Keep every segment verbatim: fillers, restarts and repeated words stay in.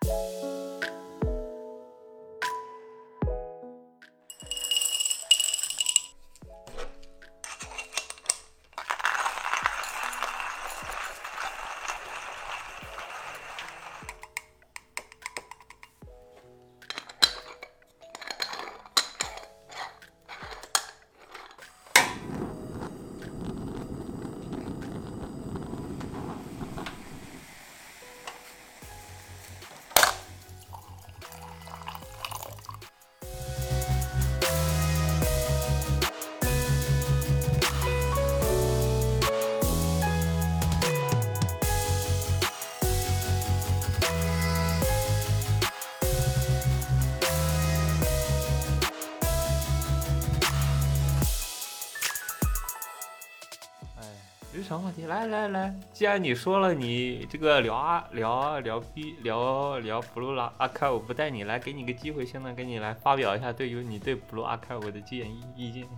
日常话题，来来来，既然你说了你这个聊啊聊聊 B 聊聊 Blue Archive， 不带你来，给你个机会，现在给你来发表一下对于你对 Blue Archive 的建议意见，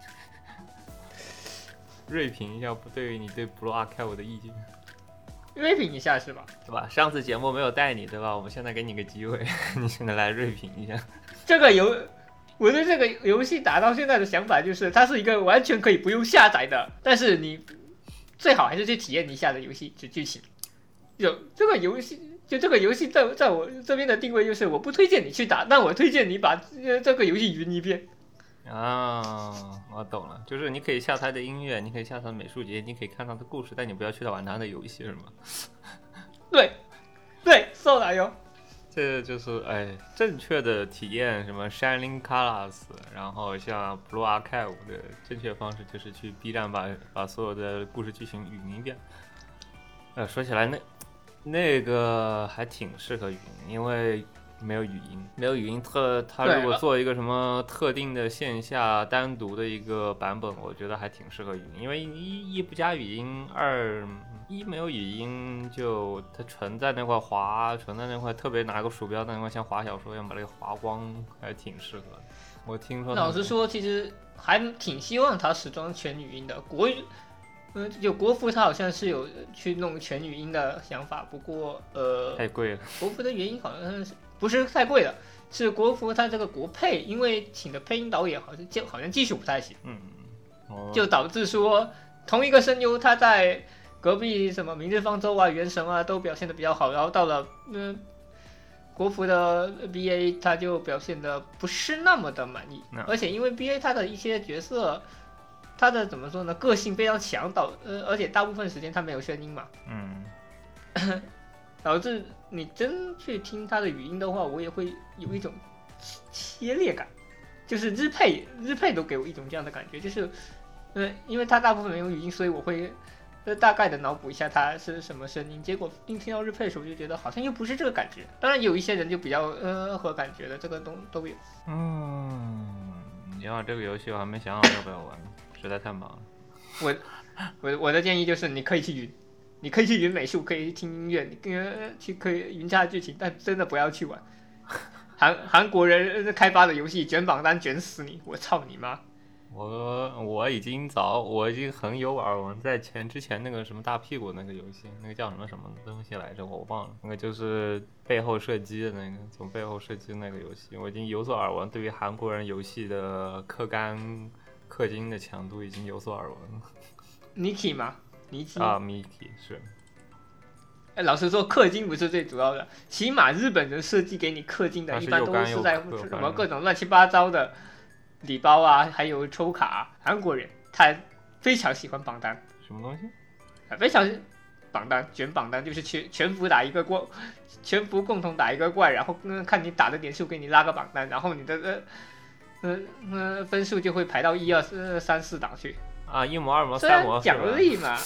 锐评一下不对于你对 Blue Archive 的意见， 锐评一下是吧？ 对吧？上次节目没有带你，对吧？我们现在给你个机会，你现在来锐评一下这个游。我对这个游戏打到现在的想法就是，它是一个完全可以不用下载的，但是你最好还是去体验一下的游戏，就剧情。有这个游戏，就这个游戏在在我这边的定位就是，我不推荐你去打，但我推荐你把这个游戏云一遍。 啊，我懂了，就是你可以下它的音乐，你可以下它的美术节，你可以看它的故事，但你不要去玩它的游戏，是吗？ 对，对，そうだよ。 这就是哎，正确的体验什么 Shining Colors， 然后像 Blue Archive 的正确方式就是去 B 站把把所有的故事剧情云一遍。呃，说起来那那个还挺适合云，因为没有语音，没有语音特，它如果做一个什么特定的线下单独的一个版本，我觉得还挺适合语音，因为一一不加语音，二一没有语音，就它纯在那块滑，纯在那块，特别拿个鼠标在那块像滑小说一样把那个滑光，还挺适合的。我听说， 老实说，其实还挺希望它始终全语音的。国，嗯，就国服它好像是有去弄全语音的想法，不过呃， 太贵了。 国服的原因好像是不是太贵了，是国服它这个国配，因为请的配音导演好像就好像技术不太行， 嗯，哦、 就导致说同一个声优他在隔壁什么明日方舟啊、原神啊都表现的比较好，然后到了嗯国服的 B A 他就表现的不是那么的满意， 嗯、 而且因为 B A 他的一些角色，他的怎么说呢，个性非常强，导呃而且大部分时间他没有声音嘛， 嗯， 导致你真去听他的语音的话，我也会有一种切裂感，就是日配日配都给我一种这样的感觉，就是呃因为他大部分没有语音，所以我会。大概的脑补一下它是什么声音，结果一听到日配的时候就觉得好像又不是这个感觉。当然有一些人就比较呃合感觉的，这个都都有。 嗯，你要这个游戏我还没想好要不要玩，实在太忙了。 我我我的建议就是你可以去云，你可以去云美术，可以听音乐，你呃去可以云下剧情，但真的不要去玩。韩韩国人开发的游戏卷榜单卷死你，我操你妈！ 我我已经早，我已经很有耳闻，在前之前那个什么大屁股那个游戏，那个叫什么什么东西来着，我忘了，那个就是背后射击的那个，从背后射击的那个游戏，我已经有所耳闻，对于韩国人游戏的氪肝氪金的强度已经有所耳闻了。 Miki 吗？尼基啊 ，Miki 是。 哎，老实说，氪金不是最主要的，起码日本人设计给你氪金的，一般都是在什么各种乱七八糟的。礼包啊，还有抽卡、啊，韩国人他非常喜欢榜单， 什么东西？ 啊，非常榜单卷榜单，就是全全服打一个怪，全服共同打一个怪，然后、嗯、看你打的点数给你拉个榜单，然后你的呃呃呃分数就会排到一二四三四档去啊，一模二模三模， 奖励嘛，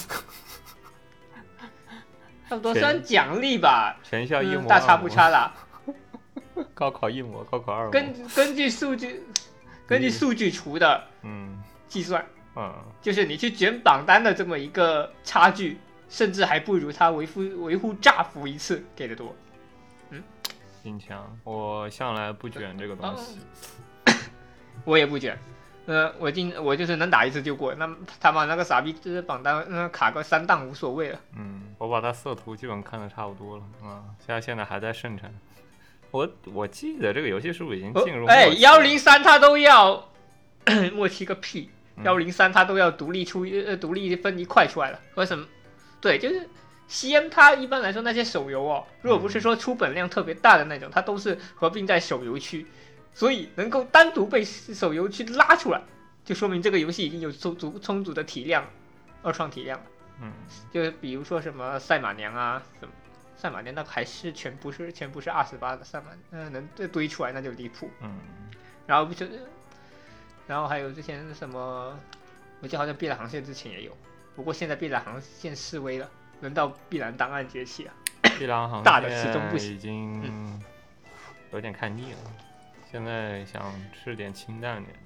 差不多算奖励吧， 全校一模、嗯， 大差不差啦。 高考一模，高考二模， 根根据数据。根据数据除的计算， 嗯， 就是你去卷榜单的这么一个差距，甚至还不如他维护维护炸服一次给的多。嗯， 心强，我向来不卷这个东西， 我也不卷， 呃，我进我就是能打一次就过，那他把那个傻逼这榜单呃卡个三档无所谓了。 嗯，我把它色图基本看的差不多了啊，现在现在还在生产。我我记得这个游戏是不是已经进入？ 哎，幺零三它都要默契个屁，幺零三它都要独立出呃独立分一块出来了，为什么？对，就是 C M 它一般来说那些手游哦，如果不是说出本量特别大的那种，它都是合并在手游区，所以能够单独被手游区拉出来，就说明这个游戏已经有充足充足的体量，二创体量了。 嗯， 就是比如说什么赛马娘啊，什么赛马娘那还是全部是全部是二十八的赛马，嗯、呃，能堆出来那就离谱。 嗯， 然后不是，然后还有之前什么，我记得好像碧蓝航线之前也有，不过现在碧蓝航线示威了，轮到碧蓝档案崛起了。 碧蓝航线大的始终不行， 已经有点看腻了，现在想吃点清淡点。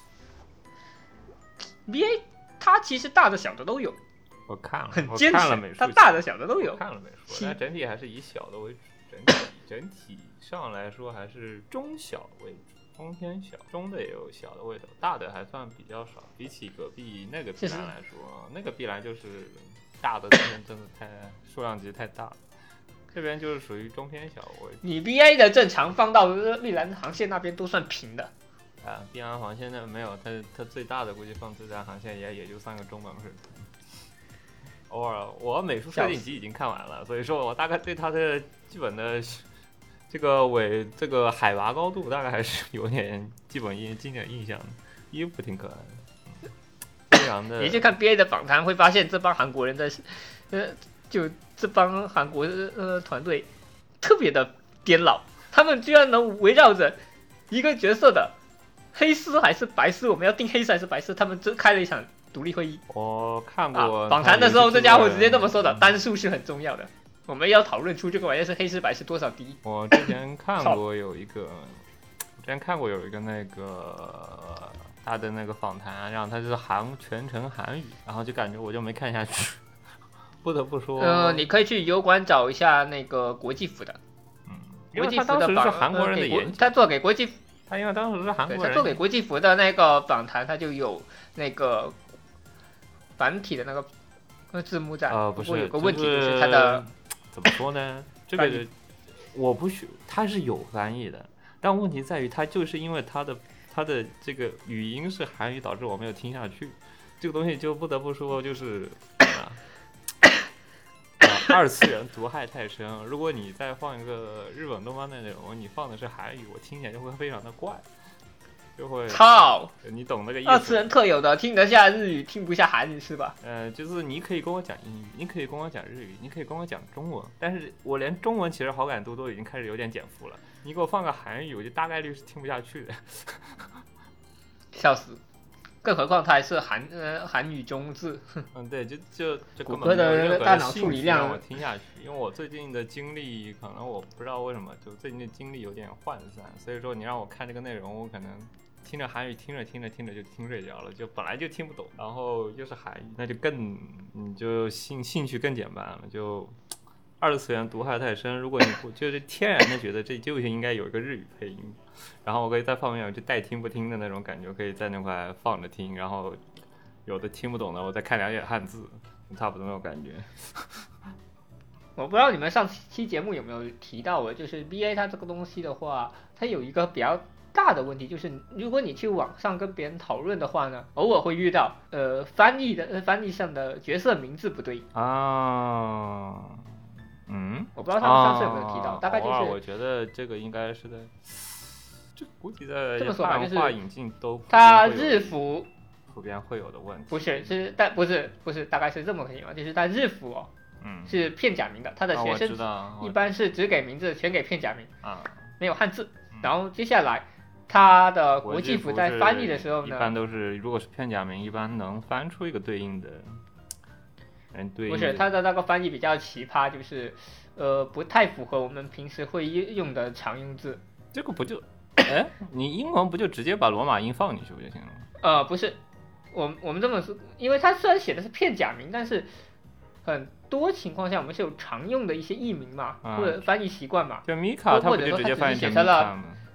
B A 它其实大的小的都有。 我看了， 很坚持，美术它大的小的都有。 看了美术，但整体还是以小的为主，整体整体上来说还是中小为主，中偏小，中的也有小的味道，大的还算比较少。比起隔壁那个碧蓝来说，那个碧蓝就是大的真的太数量级太大了，这边就是属于中偏小为主。 你 B A 的正常放到碧蓝航线那边都算平的。 啊，碧蓝航线那没有，它它最大的估计放最大航线也也就三个中版水平。偶尔，我美术设定集已经看完了，所以说我大概对它的基本的这个纬这个海拔高度大概还是有点基本印经典印象的。衣服挺可爱的，非常的。 你去看 B A 的访谈，会发现这帮韩国人的，呃，就这帮韩国呃团队特别的颠老，他们居然能围绕着一个角色的黑丝还是白丝，我们要定黑丝还是白丝，他们真开了一场独立会议。 我看过访、啊、谈的时候，这家伙直接这么说的：单数是很重要的，我们要讨论出这个玩意是黑是白是多少滴。 我之前看过有一个，我之前看过有一个那个他的那个访谈，然后他就是韩全程韩语，然后就感觉我就没看下去，不得不说， 呃，你可以去油管找一下那个国际服的， 嗯， 国际服的是韩国人的演讲、呃， 他做给国际， 他因为当时是韩国人， 他做给国际服的那个访谈，他就有那个。繁体的那个字幕在， 呃，不是， 有个问题就是它的、 就是、怎么说呢？这个我不许，它是有翻译的，但问题在于它就是因为它的它的这个语音是韩语，导致我没有听下去。这个东西就不得不说就是啊，二次元毒害太深。如果你再放一个日本动漫的内容，你放的是韩语，我听起来就会非常的怪。就会操， 你懂那个意思。 二次元特有的，听得下日语，听不下韩语是吧？ 呃，就是你可以跟我讲英语，你可以跟我讲日语，你可以跟我讲中文，但是我连中文其实好感度都已经开始有点减负了。你给我放个韩语，我就大概率是听不下去的。 笑死！更何况它还是韩呃韩语中字。 嗯，对，就就就谷歌的大脑处理量我听下去，因为我最近的经历可能我不知道为什么，就最近的经历有点涣散，所以说你让我看这个内容，我可能。听着韩语，听着听着听着就听睡着了，就本来就听不懂，然后又是韩语，那就更你就兴兴趣更减半了，就二次元毒害太深。如果你不就是天然的觉得这就应该有一个日语配音，然后我可以在放面就带听不听的那种感觉，可以在那块放着听，然后有的听不懂的我再看两眼汉字，差不多那种感觉。 我不知道你们上期节目有没有提到我，就是 B A 它这个东西的话，它有一个比较大的问题，就是如果你去网上跟别人讨论的话呢，偶尔会遇到呃翻译的呃翻译上的角色名字不对啊。嗯， 我不知道他们上次有没有提到，啊、大概就是。 我觉得这个应该是在，这估计在这么说吧，就是画引进都它日服普遍会有的问题。 不是，是但不是不是，大概是这么个情况，就是它日服哦， 嗯， 是片假名的，它的学生一般是只给名字，全给片假名啊， 没有汉字。嗯、然后接下来。它的国际服在翻译的时候呢， 一般都是如果是片假名，一般能翻出一个对应的，嗯，对应的。 不是，它的那个翻译比较奇葩，就是呃不太符合我们平时会用的常用字。 这个不就，哎，你英文不就直接把罗马音放进去不就行了吗？ 呃，不是，我我们这么说，因为它虽然写的是片假名，但是很多情况下我们是有常用的一些译名嘛，嗯、或者翻译习惯嘛。 就米卡，它不就直接翻译成米卡吗？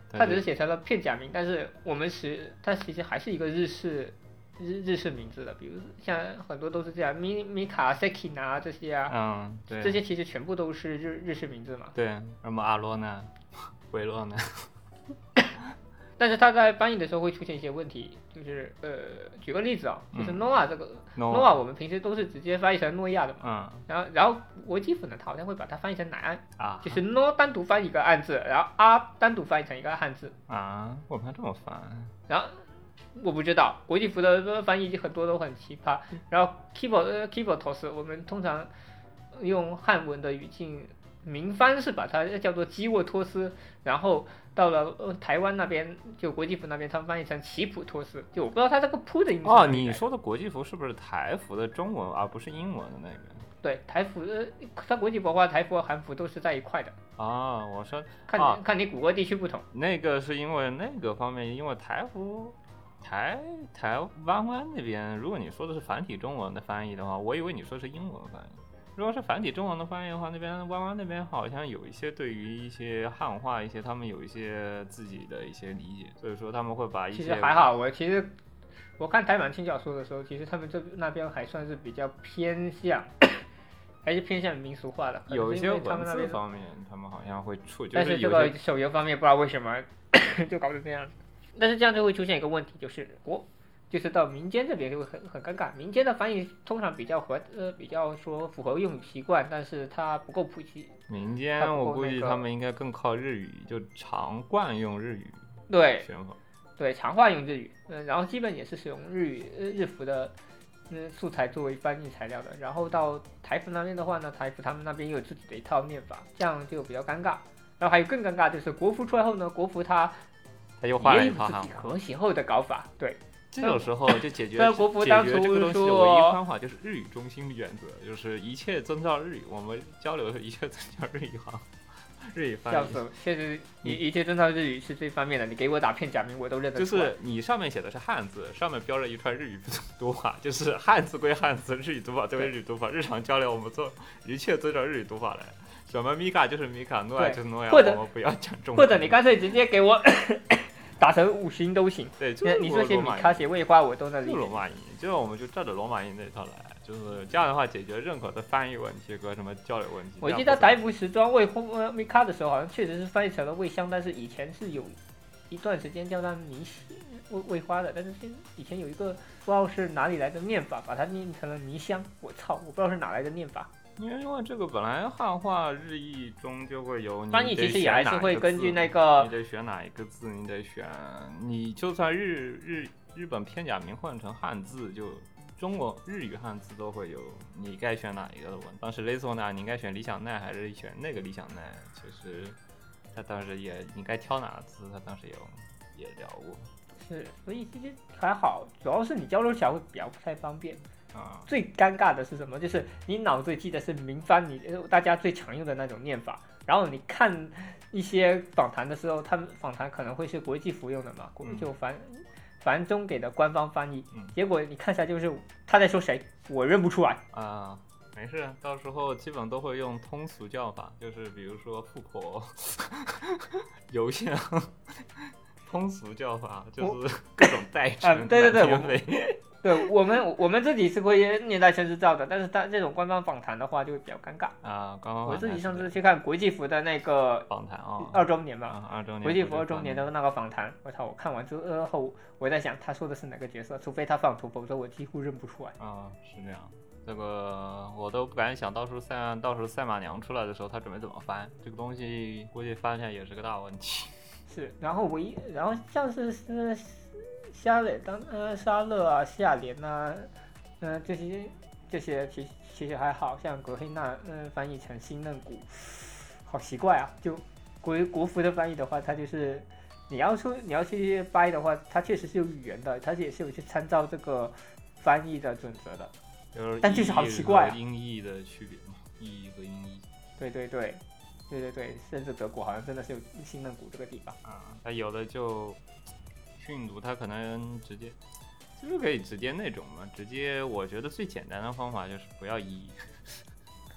它只是写成了片假名，但是我们是它其实还是一个日式日日式名字的，比如像很多都是这样，米米卡、Seki 啊这些啊， 嗯，对， 这些其实全部都是日日式名字嘛。 对，什么阿罗呢、维洛呢？ 但是它在翻译的时候会出现一些问题，就是呃，举个例子啊，就是 Noah 这个、 嗯、 Noah 我们平时都是直接翻译成诺亚的嘛， 嗯， 然后然后国际府呢，它好像会把它翻译成南岸啊， 就是 No 单独翻译一个汉字，然后啊单独翻译成一个汉字啊，我们还这么翻， 然后我不知道国际服的翻译很多都很奇葩，然后 keyboard 呃 keyboard toss 我们通常用汉文的语境。明翻是把它叫做基沃托斯，然后到了、呃、台湾那边，就国际服那边，他们翻译成奇普托斯，就我不知道它这个扑的音哦，你说的国际服是不是台服的中文，而不是英文的那个？ 对，台服呃，它国际服化台服和韩服都是在一块的。 啊，我说看、啊、看你谷歌地区不同。 那个是因为那个方面，因为台服台台湾湾那边，如果你说的是繁体中文的翻译的话，我以为你说的是英文翻译。如果是繁体中文的翻译的话，那边湾湾那边好像有一些对于一些汉化一些，他们有一些自己的一些理解，所以说他们会把一些。 其实还好，我其实我看台版轻小说的时候，其实他们这那边还算是比较偏向，还是偏向民俗化的。 有一些文字方面，他们好像会触， 但是这个手游方面不知道为什么就搞成这样子。但是这样就会出现一个问题，就是我。就是到民间这边就会很很尴尬，民间的翻译通常比较合呃比较说符合用语习惯，但是它不够普及。 民间我估计他们应该更靠日语，就常惯用日语对选法， 对常话用日语，嗯、呃，然后基本也是使用日语呃日服的嗯、呃、素材作为翻译材料的。然后到台服那边的话呢，台服他们那边又有自己的一套念法，这样就比较尴尬。然后还有更尴尬就是国服出来后呢，国服它它又换了一套自己和谐后的搞法，对。 这种时候就解决国服当初解决这个东西的唯一方法就是日语中心的原则，就是一切遵照日语，我们交流的一切遵照日语行，日语翻译。 确实一一切遵照日语是最方便的，你给我打片假名我都认得出来。就是你上面写的是汉字，上面标着一串日语读法，就是汉字归汉字，日语读法归日语读法，日常交流我们做一切遵照日语读法来。什么米卡就是米卡，诺亚就是诺亚，我们不要讲中文。 或者你干脆直接给我。打成五星都行。 对，就是你说些米卡写魏花我都能理解。 罗马音，就是我们就照着罗马音那套来，就是这样的话解决任何的翻译问题和什么交流问题。 我记得台服时装魏呃米卡的时候，好像确实是翻译成了魏香，但是以前是有一段时间叫它米魏魏花的，但是以前有一个不知道是哪里来的念法，把它念成了迷香。我操，我不知道是哪来的念法。 因为因为这个本来汉化日译中就会有， 翻译其实也还是会根据那个， 你得选哪一个字，你得选，你就算日日日本片假名换成汉字，就中国日语汉字都会有，你该选哪一个的问。当时雷索纳你应该选理想奈还是选那个理想奈，其实他当时也你该挑哪个字，他当时也也聊过。 是，所以其实还好，主要是你交流起来会比较不太方便。 啊， 最尴尬的是什么？就是你脑子里记得是明翻你大家最常用的那种念法，然后你看一些访谈的时候，他们访谈可能会是国际服用的嘛，就繁繁中给的官方翻译， 嗯、 结果你看起来就是他在说谁，我认不出来啊。没事，到时候基本都会用通俗叫法，就是比如说富婆、邮箱。通俗叫法就是各种代称、 啊，对对对，我对我们我们自己是会念代称制造的，但是他这种官方访谈的话就会比较尴尬啊。官方我自己上次去看国际服的那个访谈啊， 二周年嘛， 啊、二周年国际服二周年的那个访谈，我操！我看完之后，我在想他说的是哪个角色，除非他放图，否则我几乎认不出来。 啊，是这样。这个我都不敢想，到时候赛到时候赛马娘出来的时候，他准备怎么翻这个东西，估计翻起来也是个大问题。 是，然后唯一，然后像是是夏磊当呃沙勒啊、夏莲啊，嗯、呃、这些这些其其实还好，像格黑纳嗯、呃、翻译成新嫩骨，好奇怪啊！就国国服的翻译的话，它就是你要出你要去掰的话，它确实是有语言的，它也是有去参照这个翻译的准则的， 就是但就是好奇怪啊， 音译的区别嘛，意译和音译。 对对对。对对对，甚至德国好像真的是有新嫩骨这个地方啊，它有的就训读，它可能直接就是可以直接那种嘛，直接我觉得最简单的方法就是不要一，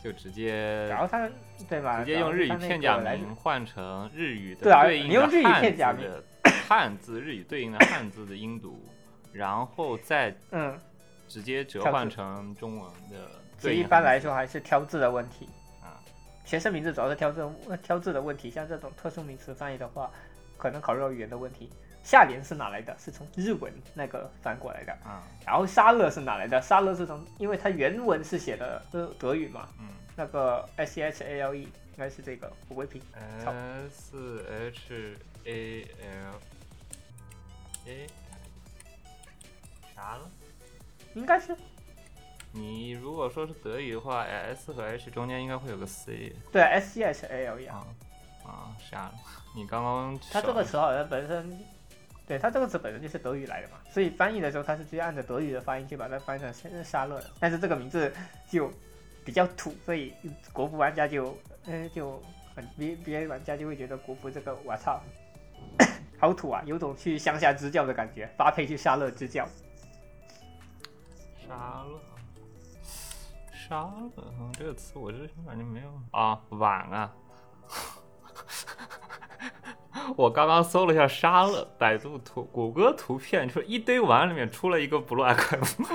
就直接， 然后它对吧？ 直接用日语片假来名换成日语的对啊， 对应你用日语的汉字片假名， 的汉字，日语对应的汉字的音读，然后再嗯， 直接折换成中文的其实一对应汉字。 般来说还是挑字的问题。 啊， 学生名字主要是挑字挑字的问题，像这种特殊名词翻译的话，可能考虑到语言的问题。下联是哪来的？是从日文那个翻过来的。 啊， 然后沙勒是哪来的？沙勒是从，因为它原文是写的呃德语嘛， 嗯， 那个 S H A L E 应该是这个，我会拼。操 S H A L A 啥了？ 应该是你如果说是德语的话 ，S 和 H 中间应该会有个 C。 对 S C H A L E 啊啊，啥了？你刚刚它这个词好像本身。对，它这个词本身就是德语来的嘛，所以翻译的时候它是直接按照德语的发音去把它翻译成沙勒的。但是这个名字就比较土，所以国服玩家就呃就很别别的玩家就会觉得国服这个我操，好土啊，有种去乡下支教的感觉，发配去沙勒支教。 沙勒，沙勒，嗯，这个词我之前感觉没有啊，碗啊。我刚刚搜了一下沙勒，百度图、谷歌图片，就是一堆碗里面出了一个 Blue Archive，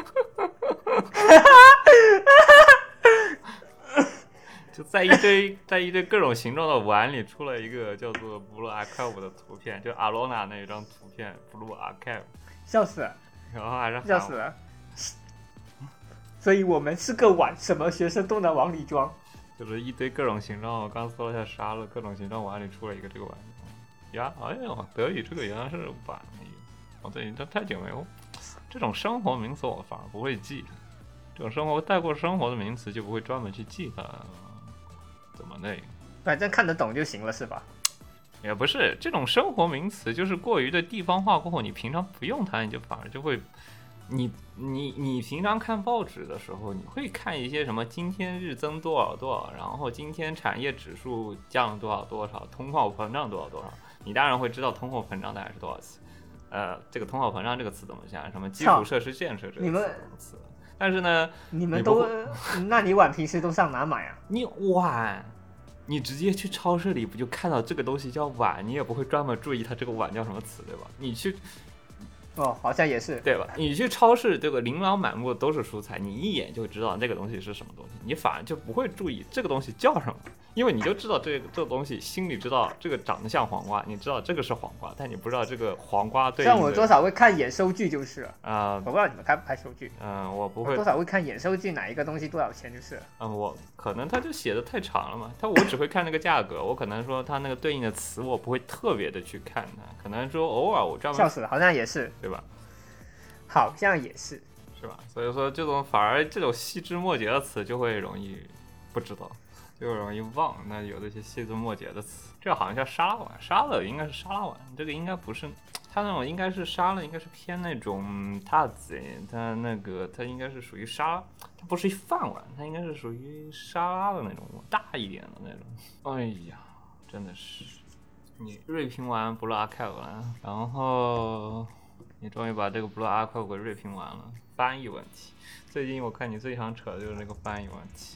就在一堆在一堆各种形状的碗里出了一个叫做 Blue Archive 的图片，就阿罗娜那一张图片 Blue Archive， 笑死了， 然后还是笑死了。所以我们是个碗，什么学生都能往里装， 就是一堆各种形状。我刚搜了一下沙勒，各种形状碗里出了一个这个碗。呀，哎呦，德语这个原来是碗的意思。哦，对，它太久没有这种生活名词，我反而不会记。这种生活带过生活的名词就不会专门去记它怎么那个。 反正看得懂就行了，是吧？ 也不是，这种生活名词就是过于的地方化过后，你平常不用它，你就反而就会，你你你平常看报纸的时候，你会看一些什么今天日增多少多少，然后今天产业指数降了多少多少，通货膨胀多少多少。你当然会知道通货膨胀大概是多少次，呃，这个通货膨胀这个词怎么想，什么基础设施建设这个词，但是呢， 你们都，那你碗平时都上哪买啊？ 你碗，你直接去超市里不就看到这个东西叫碗，你也不会专门注意它这个碗叫什么词，对吧？你去， 哦，好像也是， 对吧？你去超市，这个琳琅满目都是蔬菜，你一眼就知道这个东西是什么东西，你反而就不会注意这个东西叫什么。因为你就知道这个这个东西，心里知道这个长得像黄瓜，你知道这个是黄瓜，但你不知道这个黄瓜对应的。 像我多少会看演收据就是了啊、呃， 我不知道你们看不看收据。 嗯、呃，我不会。 多少会看演收据，哪一个东西多少钱就是了。 嗯、呃，我可能它就写的太长了嘛，它我只会看那个价格，我可能说它那个对应的词，我不会特别的去看它，可能说偶尔我专门。 笑死了，好像也是， 对吧？ 好像也是， 是吧？所以说这种反而这种细枝末节的词就会容易不知道。就容易忘，那有这些细枝末节的词，这好像叫沙拉碗，沙拉应该是沙拉碗，这个应该不是，它那种应该是沙拉，应该是偏那种塔子，它那个它应该是属于沙，它不是饭碗，它应该是属于沙拉的那种大一点的那种。哎呀，真的是，你锐评完 Blue Archive 了，然后你终于把这个 Blue Archive 给锐评完了，翻译问题，最近我看你最想扯的就是那个翻译问题。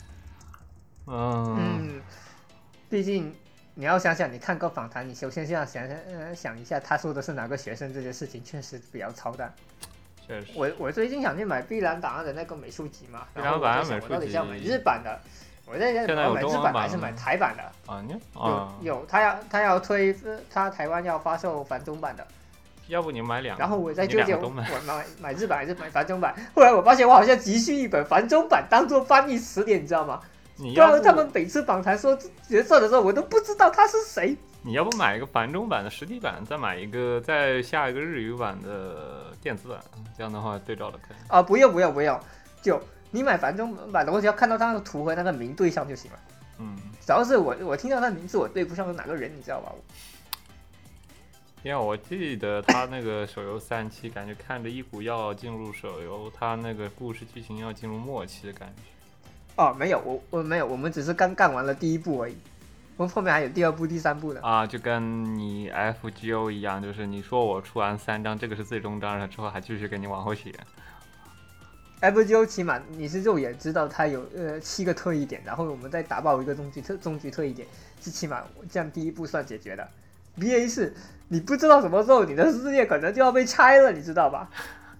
嗯，毕竟你要想想，你看个访谈，你首先是要想想、呃、想一下他说的是哪个学生，这件事情确实比较操蛋。 确实， 我我最近想去买碧蓝档案的那个美术集嘛， 碧蓝档案美术集， 我到底是要买日版的，我在想我要买日版还是买台版的？ 啊，你啊有有，他要他要推，他台湾要发售繁中版的。 要不你买两个， 然后我在纠结，我买买买日版还是买繁中版。后来我发现我好像急需一本繁中版当做翻译词典，你知道吗？ 你要不他们每次访谈说角色的时候，我都不知道他是谁。 你要不买一个繁中版的实体版，再买一个，再下一个日语版的电子版，这样的话对照的看。 啊，不用不用不用，就你买繁中版的，我只要看到他的图和那个名对上就行了。 嗯， 主要是我我听到他名字我对不上是哪个人，你知道吧？ 因为我记得他那个手游三期，感觉看着一股要进入手游，他那个故事剧情要进入末期的感觉。 哦，没有，我我没有，我们只是刚干完了第一部而已，我们后面还有第二部、第三部的啊，就跟你 F G O 一样，就是你说我出完三章，这个是最终章了之后，还继续给你往后写。 F G O 起码你是肉眼知道它有呃七个特异点，然后我们再打爆一个终局特终局特异点，是起码这样第一步算解决的。B A 是你不知道什么时候你的世界可能就要被拆了，你知道吧？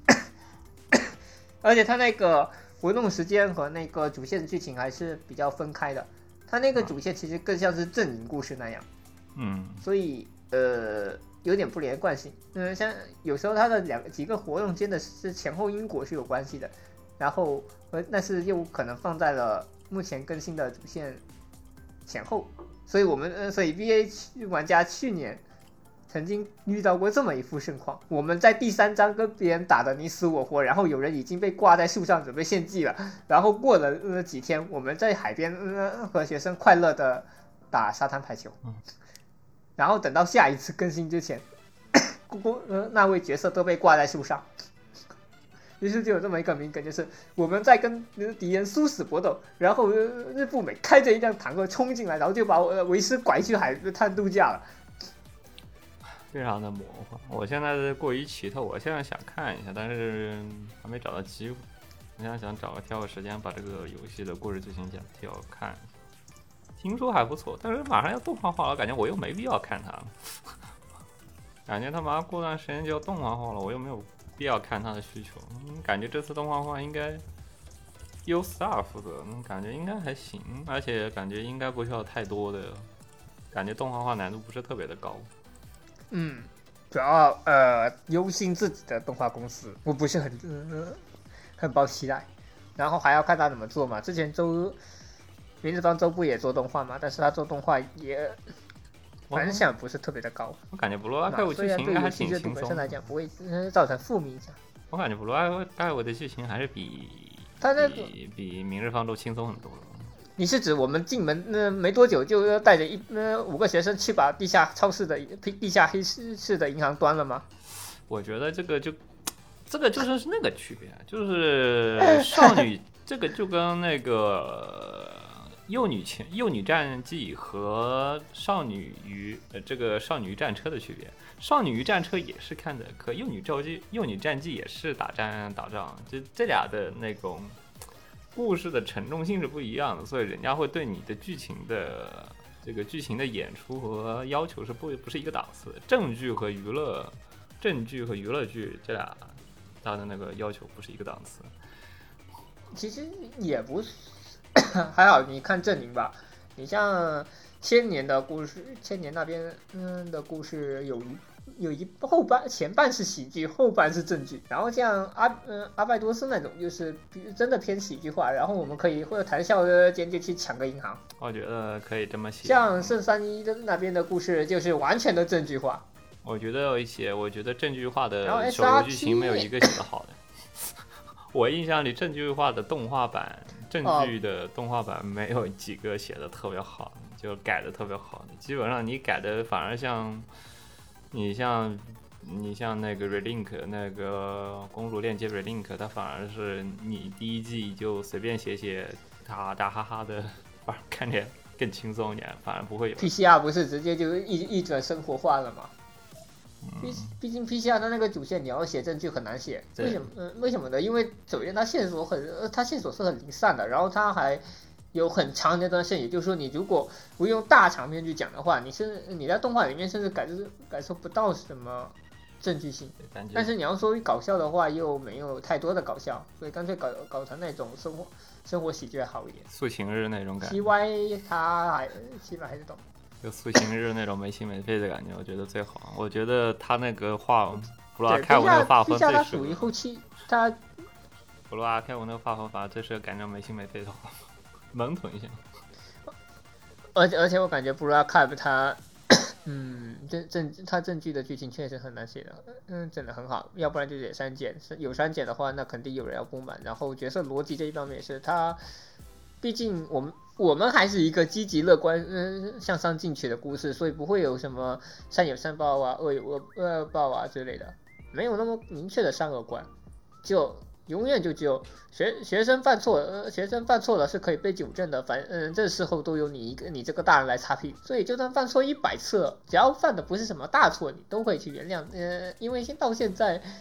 而且它那个活动时间和那个主线剧情还是比较分开的，它那个主线其实更像是阵营故事那样， 嗯， 所以呃有点不连贯性。嗯，像有时候它的两几个活动间的是前后因果是有关系的，然后呃但是又可能放在了目前更新的主线前后，所以我们呃所以 V A 玩家去年曾经遇到过这么一副盛况，我们在第三章跟别人打得你死我活，然后有人已经被挂在树上准备献祭了，然后过了、呃、几天，我们在海边、呃、和学生快乐的打沙滩排球，然后等到下一次更新之前，呃、那位角色都被挂在树上。于是就有这么一个名梗，就是我们在跟敌人殊死搏斗，然后、呃、日不美开着一辆坦克冲进来，然后就把我、呃、为师拐去海滩度假了。 非常的魔幻。我现在是过于奇特，我现在想看一下，但是还没找到机会。我现在想找个挑个时间把这个游戏的故事剧情讲挑看一下。听说还不错，但是马上要动画化了，感觉我又没必要看它了。感觉他妈过段时间就要动画化了，我又没有必要看它的需求。嗯、感觉这次动画化应该由 Star 负责，嗯，感觉应该还行，而且感觉应该不需要太多的，感觉动画化难度不是特别的高。 嗯，主要呃忧心自己的动画公司，我不是很、呃、很抱期待，然后还要看他怎么做嘛。之前周明日方舟不也做动画嘛，但是他做动画也反响不是特别的高。 我感觉布罗阿盖我剧情应该还挺轻松的， 本身来讲不会、呃、造成负面影响。 我感觉布罗阿盖我的剧情还是比他那个比比明日方舟轻松很多了。 你是指我们进门那、呃、没多久就带着一呃五个学生去把地下超市的地下黑市的银行端了吗？ 我觉得这个就这个就是那个区别，就是少女这个就跟那个幼女前幼女战记和少女与呃这个少女战车的区别。少女与战车也是看的，可幼女战记幼女战记也是打战打仗，就这俩的那种故事的沉重性是不一样的，所以人家会对你的剧情的这个剧情的演出和要求是不不是一个档次。正剧和娱乐，正剧和娱乐剧这俩它的那个要求不是一个档次。 其实也不是，还好你看正营吧，你像千年的故事，千年那边嗯的故事有一。有一后半前半是喜剧，后半是正剧。然后像阿嗯、呃、阿拜多斯那种，就是真的偏喜剧化。然后我们可以或者谈笑间就去抢个银行。 我觉得可以这么写。 像圣三一的那边的故事就是完全的正剧化。 我觉得有一些，我觉得正剧化的手游剧情没有一个写的好的。我印象里正剧化的动画版，正剧的动画版没有几个写的特别好，就改的特别好的。基本上你改的反而像。你像你像那个 Relink 那个公主链接 Relink， 它反而是你第一季就随便写写打打哈哈的，反而看起来更轻松一点，反而不会有 P C R 不是直接就一一转生活化了吗？毕、嗯、毕竟 P C R 它那个主线你要写证据很难写，为什么？嗯，为什么呢？因为首先它线索很，它线索是很零散的，然后它还有很长的一段线，也就是说，你如果不用大长篇去讲的话，你是你在动画里面甚至感受感受不到什么证据性。但是你要说搞笑的话，又没有太多的搞笑，所以干脆搞搞成那种生活生活喜剧好一点。 素晴日那种感觉。 T Y 他还起码还是懂。 就素晴日那种没心没肺的感觉，我觉得最好。我觉得他那个画，布罗阿开文那个画风最适合。 他属于后期，他布罗阿开文那个画风法最适合改成没心没肺的画风。萌豚一下， 而且而且我感觉布拉卡他，嗯，正正他正剧的剧情确实很难写的，嗯，真的很好，要不然就得删减，有删减的话，那肯定有人要不满。然后角色逻辑这一方面也是，他毕竟我们我们还是一个积极乐观、嗯向上进取的故事，所以不会有什么善有善报啊、恶有恶恶报啊之类的，没有那么明确的善恶观，就。永远就只有学学生犯错，呃，学生犯错了是可以被纠正的，反嗯，这时候都由你一个你这个大人来擦屁股。所以就算犯错一百次了，只要犯的不是什么大错，你都会去原谅。呃，因为到现在，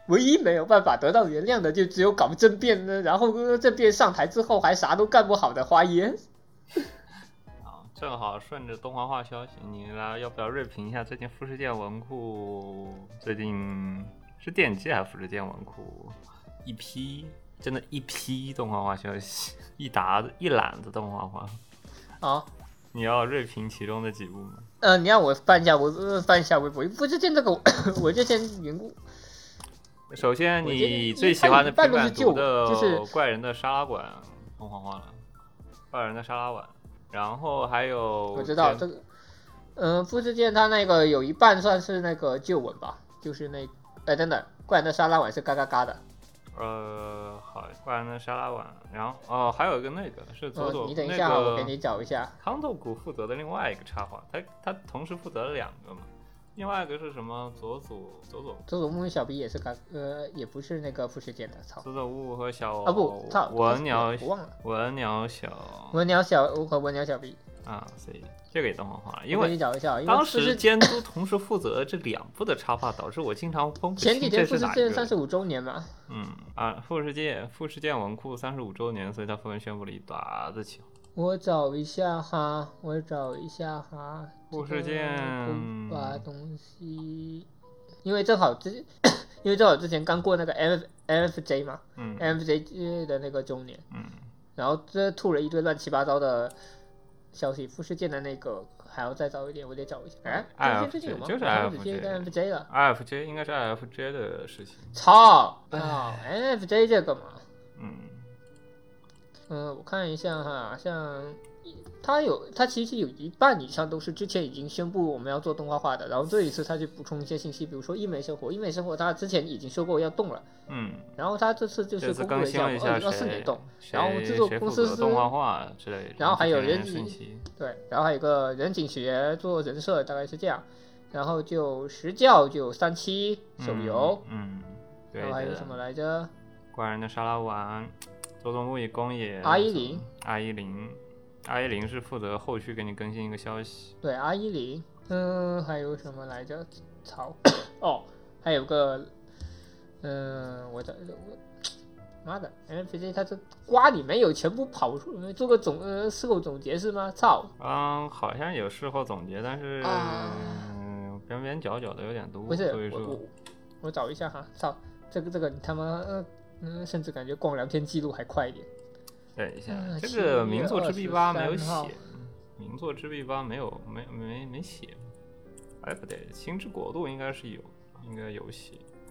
唯一没有办法得到原谅的，就只有搞政变呢，然后政变上台之后还啥都干不好的花耶。 啊，正好顺着动画化消息，你来要不要锐评一下最近富士见文库最近是电击还是富士见文库一批真的一批动画化消息，一沓一揽子动画化啊？ 你要锐评其中的几部吗？ 呃，你让我翻一下我呃翻一下微博，富士见这个我我之前缘故。 首先，你最喜欢的平板读的《怪人的沙拉馆》动画化了，《怪人的沙拉馆》，然后还有我知道这个，嗯、呃，富士见它那个有一半算是那个旧文吧，就是那，哎，等等，《怪人的沙拉馆》是嘎嘎嘎的。 呃，好，《怪人的沙拉馆》，然后哦，还有一个那个是佐佐， 哦、你等一下、 那个、 我给你找一下。 康斗谷负责的另外一个插画，他他同时负责了两个嘛。另外一个是什么？佐佐佐佐佐佐木与小鼻也是嘎，呃，也不是那个富士见的，操。 佐佐木和小啊不，操， 文鸟我忘了。 文鸟小文鸟小和文鸟小鼻啊，所以这个也动画化了。因为为你找一下，因为当时监督同时负责这两部的插画，导致我经常分不清前几天富士见三十五周年嘛。 嗯啊，富士见富士见文库三十五周年，所以他纷纷宣布了一沓子企划。 我找一下哈，我找一下哈。 富士见把东西，因为正好之，因为正好之前刚过那个 M F J 嘛， 嗯 ，M F J 的那个周年， 嗯， 然后这吐了一堆乱七八糟的消息。富士见的那个还要再早一点，我得找一下。哎 ，I 最近有吗？ 就是 I F J 跟 M F J 了。 I F J 应该是 I F J 的事情。 操，操 ，M F J 这个嘛， 嗯。 嗯，我看一下哈，像它有，它其实有一半以上都是之前已经宣布我们要做动画化的，然后这一次它就补充一些信息，比如说医美生活，医美生活它之前已经说过要动了， 嗯， 然后它这次就是公布了一下， 二零二四年动，然后制作公司是动画化之类的， 然后还有人景对，然后还有个人景学做人设，大概是这样，然后就实教就三期手游， 嗯，对， 然后还有什么来着？ 怪人的沙拉丸。佐佐木与宫野 R 一零 R 一零 R 一零是负责后续给你更新一个消息。 对 R 一零，嗯，还有什么来着？操，哦，还有个，嗯，我的我，妈的 ，M F J 他这瓜里没有全部跑出来，做个总呃事后总结是吗？操， 嗯，好像有事后总结，但是啊嗯，边边角角的有点多， 不是， 所以说我我我找一下哈，操，这个这个你他妈呃。嗯，甚至感觉逛聊天记录还快一点。 等一下， 嗯、 这个名作之壁八没有写， 号名作之壁八没有没没没写。哎，不对，星之国度应该是有，应该有写。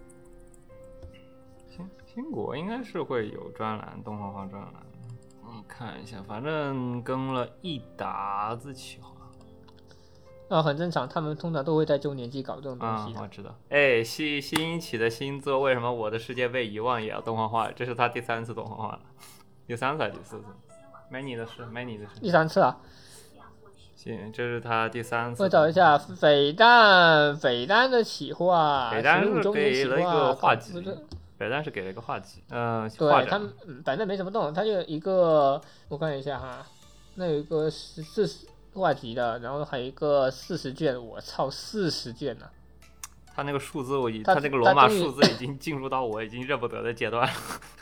星星国应该是会有专栏，动画化专栏。你看一下，反正更了一沓子企划。 啊，很正常，他们通常都会在周年季搞这种东西的。 啊，我知道。哎，新新起的新作，为什么我的世界被遗忘也要动画化？这是他第三次动画化了，第三次还是第四次？没你的事，没你的事。 第三次啊。 行，这是他第三次。 我找一下匪弹，匪弹的企划， 匪弹是给了一个画集，匪弹是给了一个画集，呃， 对他们反正没什么动，他就一个，我看一下哈，那有一个十四。画集的，然后还有一个四十卷，我操，四十卷呢、啊！ 他那个数字我已，他那个罗马数字已经进入到我已经认不得的阶段了。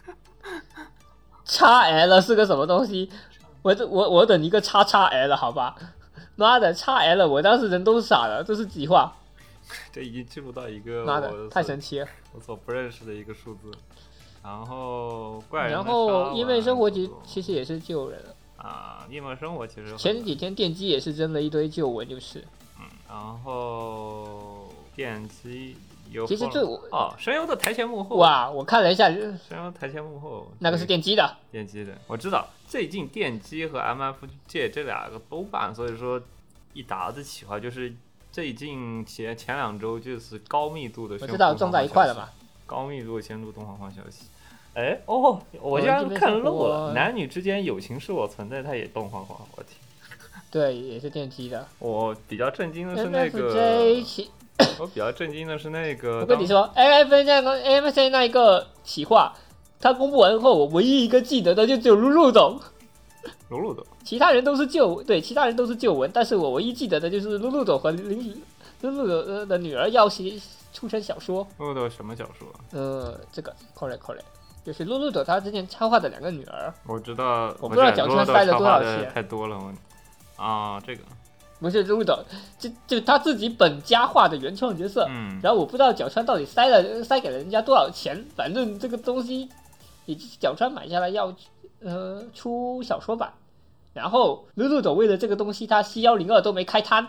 叉 L 是个什么东西？我我我等一个叉叉 L 好吧？妈的，叉 L 我当时人都傻了，这是几画？ 这已经进入到一个妈的太神奇了， 我所不认识的一个数字。然后怪人的然后因为生活其其实也是救人了。 啊，夜幕生活其实前几天电击也是扔了一堆旧文，就是， 嗯，然后电击有其实最哦，声优的台前幕后哇，我看了一下， 声优台前幕后那个是电击的， 电击的，我知道最近电击和 M F J 这两个都办，所以说一沓子企划就是最近前前两周就是高密度的， 我知道撞在一块了嘛， 高密度先录动画化消息。哎哦，我竟然看漏了！男女之间友情是否存在，它也动画化，我天！ 对，也是电击的。 我比较震惊的是那个，我比较震惊的是那个。 我跟你说 ，M F J 那个 M F J 那一个企划，它公布完后，我唯一一个记得的就只有露露总。 露露总， 其他人都是旧，对，其他人都是旧文，但是我唯一记得的就是露露总和林露露的的女儿要写出成小说。 露露什么小说？ 呃，这个 correct correct， 就是露露的她之前插画的两个女儿。 我知道， 我不知道角川塞了多少钱， 太多了我啊，这个不是露露的，就就他自己本家画的原创角色。 嗯， 然后我不知道角川到底塞了塞给了人家多少钱，反正这个东西也就是角川买下来要呃出小说版。然后露露的为了这个东西，他西幺零二都没开摊，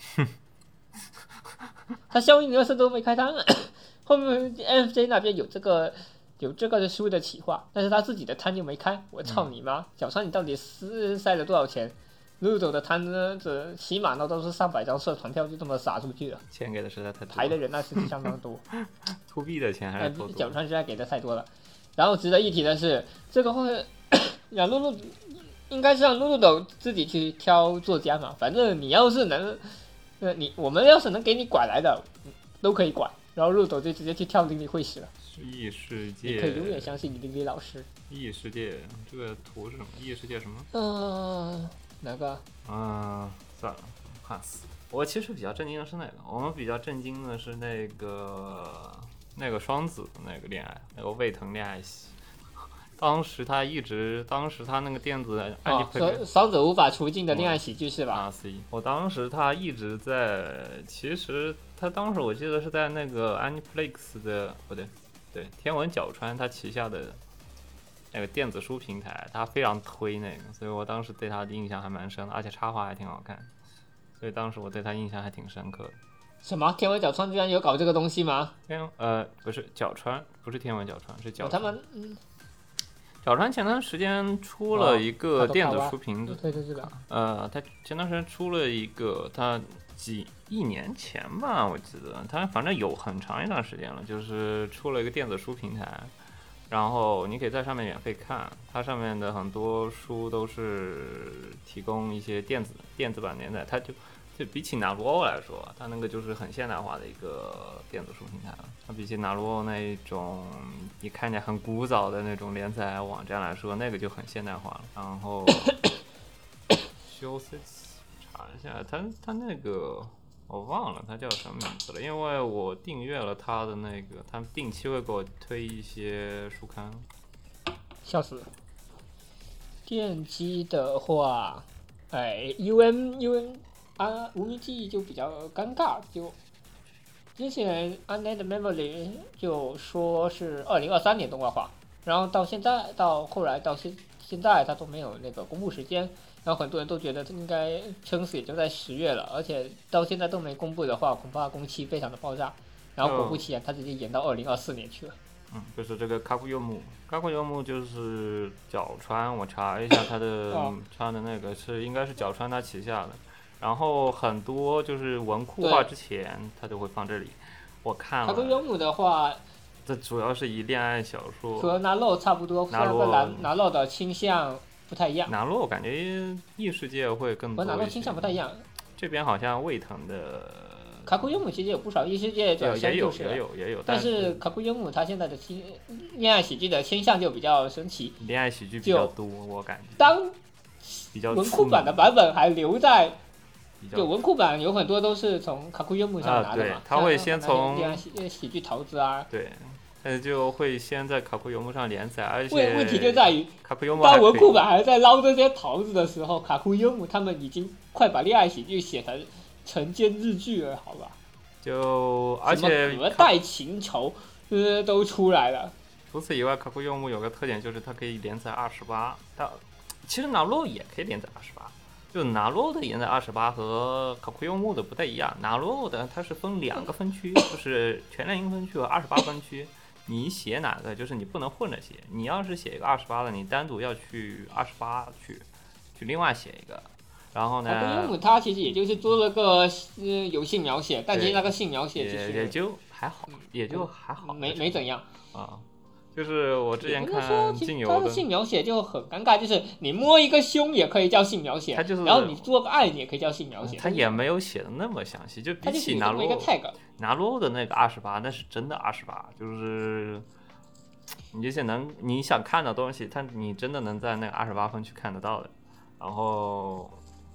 他西幺零二都没开摊。后面 F J 那边有这个有这个书的企划，但是他自己的摊就没开。我操你妈！角川你到底塞了多少钱？露露的摊呢，这起码呢都是上百张社团票就这么撒出去了， 钱给的实在太多， 排的人那是相当多。 to B 的钱还是多多。 角川实在给的太多了。然后值得一提的是，这个会让露露。应该是让露露斗自己去挑作家嘛，反正你要是能，呃，你我们要是能给你拐来的，都可以拐，然后露斗就直接去挑邻里会史了。 异世界， 你可以永远相信你邻里老师。 异世界这个图是什么？异世界什么？ 嗯、呃，哪个？ 嗯、呃，算了，看死。我其实比较震惊的是那个，我们比较震惊的是那个那个双子那个恋爱，那个卫藤恋爱系。当时他一直，当时他那个电子安妮哦，双子无法除尽的恋爱喜剧是吧？ 啊 ，C， 我当时他一直在，其实他当时我记得是在那个 Aniplex 的，不对，对，天文角川他旗下的那个电子书平台，他非常推那个，所以我当时对他的印象还蛮深的，而且插画还挺好看，所以当时我对他印象还挺深刻的。 什么？天文角川居然有搞这个东西吗？ 天呃不是角川，不是天文角川，是角川。 哦、他们嗯。 角川前段时间出了一个电子书评， 对对对的。 呃，他前段时间出了一个，他几一年前吧，我记得他反正有很长一段时间了，就是出了一个电子书平台，然后你可以在上面免费看，它上面的很多书都是提供一些电子电子版连载，它就就比起拿鲁欧来说，它那个就是很现代化的一个电子书平台了。它比起拿鲁欧那一种你看起来很古早的那种连载网站来说，那个就很现代化了。然后修斯查一下，它它那个我忘了它叫什么名字了，因为我订阅了它的那个，他们定期会给我推一些书刊。 笑死了。电机的话，哎 ，U M U M。啊，无名记忆就比较尴尬，就之前 Undead Memory 就说是二零二三年动画化，然后到现在到后来到现现在他都没有那个公布时间，然后很多人都觉得应该撑死也就在十月了，而且到现在都没公布的话，恐怕工期非常的爆炸，然后果不其然，他直接延到二零二四年去了。 嗯，就是这个卡库尤姆，卡库尤姆就是角川，我查一下他的他的那个是应该是角川他旗下的。然后很多就是文库化之前，它就会放这里。我看了。卡库尤姆的话， 这主要是以恋爱小说。 和拿洛差不多，拿洛拿拿洛的倾向不太一样。 拿洛我感觉异世界会更多一些。 和拿洛倾向不太一样。 这边好像卫藤的。 卡库尤姆其实有不少异世界转向，就是也有也有也有。 但是卡库尤姆他现在的恋爱喜剧的倾向就比较神奇。 恋爱喜剧比较多，我感觉。 当文库版的版本还留在。就文库版有很多都是从卡库尤姆上拿的嘛， 啊、他会先从恋爱喜喜剧桃子啊， 对，但是就会先在卡库尤姆上连载，而且问问题就在于卡库尤姆当文库版还在捞这些桃子的时候，卡库尤姆他们已经快把恋爱喜剧写成晨间日剧了，好吧？ 就而且隔代情仇呃都出来了。 除此以外，卡库尤姆有个特点就是它可以连载二十八，它其实拿洛也可以连载二十八。就拿洛的连载二十八和卡库尤姆的不太一样，拿洛的它是分两个分区，就是全年龄分区和二十八分区。你写哪个，就是你不能混着写。你要是写一个二十八的，你单独要去二十八去，去另外写一个。然后呢， 卡库尤姆它其实也就是做了个呃有性描写，但其实那个性描写其实也就还好，也就还好， 没没怎样啊。就是我之前看镜游的，他的性描写就很尴尬，就是你摸一个胸也可以叫性描写， 他就是， 然后你做个爱也可以叫性描写， 他也没有写的那么详细，就比起拿洛拿洛的那个二十八，那是真的二十八，就是你这些能你想看的东西，他你真的能在那个二十八分去看得到的。然后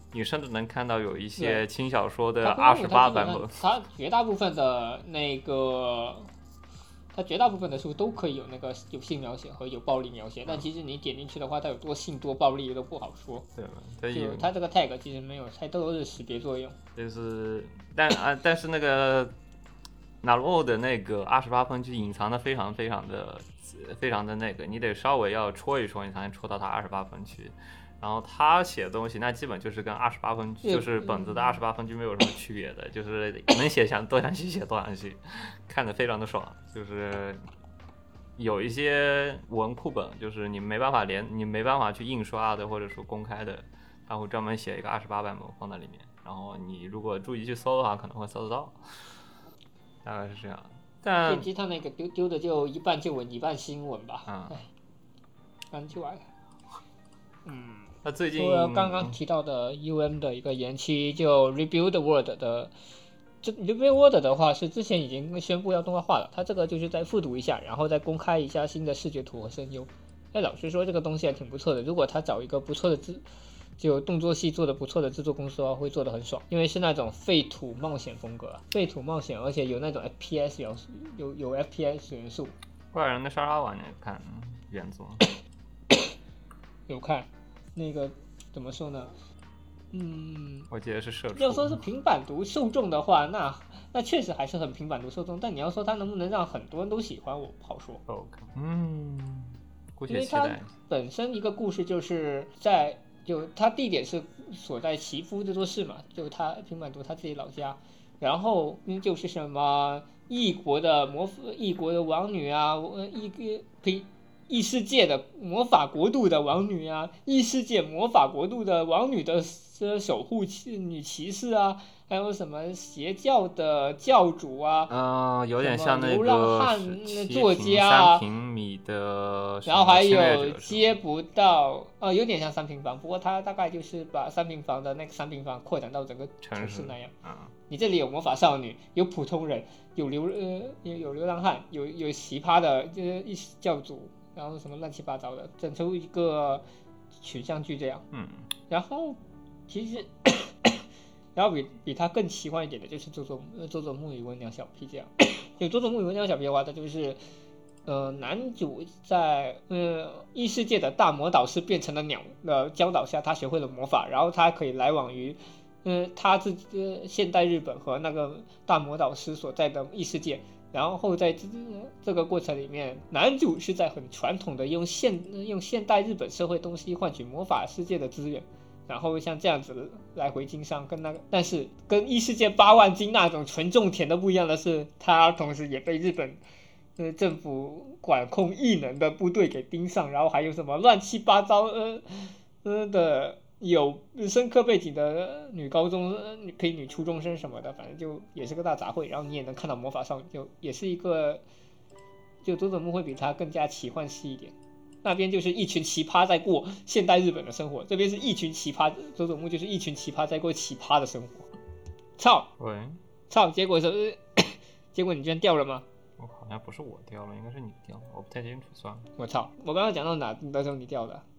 你甚至能看到有一些对轻小说的它二十八它版本。 它绝大部分的那个，它绝大部分的书都可以有那个有性描写和有暴力描写，但其实你点进去的话，它有多性多暴力都不好说。 对吧？它就有它这个 tag 其实没有，它都是识别作用。 就是但啊，但是那个纳罗的那个二十八分区隐藏的非常非常的非常的那个，你得稍微要戳一戳，你才能戳到它二十八分区。然后他写的东西，那基本就是跟二十八分区，就是本子的二十八分区没有什么区别的，就是能写想多详细写多详细，看着非常的爽。就是有一些文库本，就是你没办法连你没办法去印刷的，或者说公开的，他会专门写一个二十八版本放在里面，然后你如果注意去搜的话，可能会搜得到，大概是这样。但电机他那个丢丢的就一半旧闻一半新闻吧， 嗯， 翻起来了。嗯， 他最近除了刚刚提到的 U M 的一个延期，就 Rebuild World 的，这 Rebuild World 的话是之前已经宣布要动画化了，它这个就是再复读一下，然后再公开一下新的视觉图和声优。哎，老实说这个东西还挺不错的，如果他找一个不错的制，就动作戏做的不错的制作公司的话，会做的很爽，因为是那种废土冒险风格，废土冒险，而且有那种 F P S 元素，有有 F P S 元素。 怪人的沙拉碗你看原作有看，那个怎么说呢？嗯， 我记得是社畜。 要说是平板读受众的话，那那确实还是很平板读受众。但你要说它能不能让很多人都喜欢，我不好说。 OK， 嗯，姑因为它且期待。 本身一个故事就是在就它地点是所在岐阜这座市嘛，就它平板读他自己老家，然后就是什么异国的魔异国的王女啊，异个呸。异世界的魔法国度的王女啊，异世界魔法国度的王女的守护女骑士啊，还有什么邪教的教主啊， 嗯、呃，有点像那流浪汉个作家啊， 三平米的， 然后还有接不到，呃，有点像三平房，不过它大概就是把三平房的那个三平房扩展到整个城市那样。 嗯， 你这里有魔法少女，有普通人，有流呃有有流浪汉，有有奇葩的就是异教主。然后什么乱七八糟的，整出一个群像剧这样。 嗯， 然后其实，然后比比他更奇幻一点的就是佐佐佐佐木与温良小 P 这样。就佐佐木与温良小 P 的话，他就是呃男主在呃异世界的大魔导师变成了鸟的教导下，他学会了魔法，然后他可以来往于呃他自己的现代日本和那个大魔导师所在的异世界。然后在这这个过程里面，男主是在很传统的用现用现代日本社会东西换取魔法世界的资源，然后像这样子来回经商，跟那个，但是跟异世界八万金那种纯种田的不一样的是，他同时也被日本呃政府管控异能的部队给盯上，然后还有什么乱七八糟呃呃的。有深刻背景的女高中、女配女初中生什么的，反正就也是个大杂烩。然后你也能看到魔法少女，就也是一个，就佐佐木会比他更加奇幻系一点。那边就是一群奇葩在过现代日本的生活，这边是一群奇葩，佐佐木就是一群奇葩在过奇葩的生活。操！ 喂， 操！结果是，结果你居然掉了吗？ 我好像不是我掉了，应该是你掉了，我不太清楚，算了。 我操！我刚刚讲到哪的时候你掉的？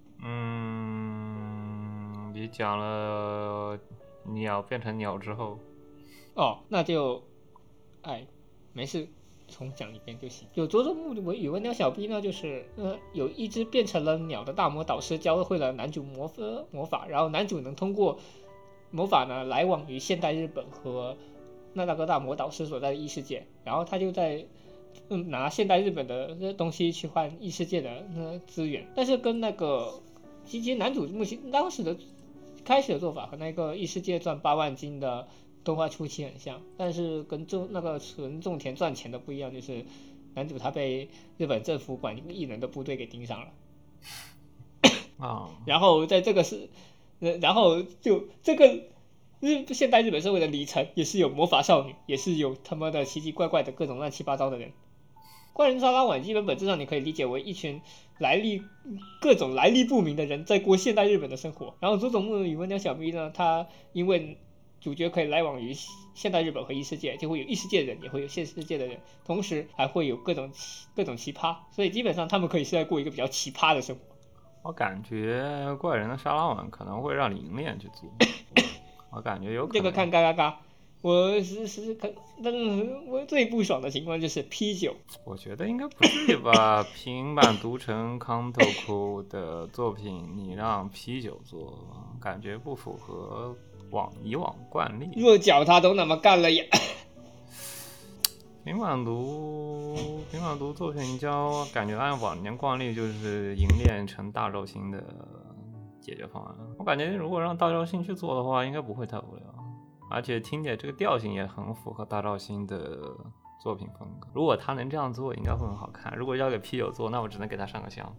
嗯，你讲了鸟变成鸟之后， 哦，那就，哎，没事，重讲一遍就行。有佐佐木与温鸟小 B 呢，就是呃，有一只变成了鸟的大魔导师教会了男主魔呃魔法，然后男主能通过魔法呢来往于现代日本和那那个大魔导师所在的异世界，然后他就在。嗯，拿现代日本的东西去换异世界的呃资源，但是跟那个其实男主目前当时的开始的做法和那个异世界赚八万金的动画初期很像，但是跟种那个纯种田赚钱的不一样，就是男主他被日本政府管异能的部队给盯上了啊， oh. 然后在这个是，然后就这个。日现代日本社会的里程也是有魔法少女，也是有他妈的奇奇怪怪的各种乱七八糟的人。怪人沙拉碗基本本质上你可以理解为一群来历各种来历不明的人在过现代日本的生活。然后佐佐木与温良小 B 呢，他因为主角可以来往于现代日本和异世界，就会有异世界的人，也会有现世界的人，同时还会有各种各种奇葩，所以基本上他们可以是在过一个比较奇葩的生活。 我感觉怪人的沙拉碗可能会让银链去做，我感觉有可能。 这个看嘎嘎嘎，我是是可，但是我最不爽的情况就是 P 九。 我觉得应该不至于吧，平板读成 Kantoku 的作品，你让 P 九做，感觉不符合往以往惯例。 弱脚他都那么干了呀。 平板读平板读作品交，感觉按往年惯例就是银链成大赵星的解决方案。我感觉如果让大赵星去做的话，应该不会太无聊，而且听起来这个调性也很符合大赵星的作品风格。如果他能这样做，应该会很好看。如果交给 P 九做，那我只能给他上个香。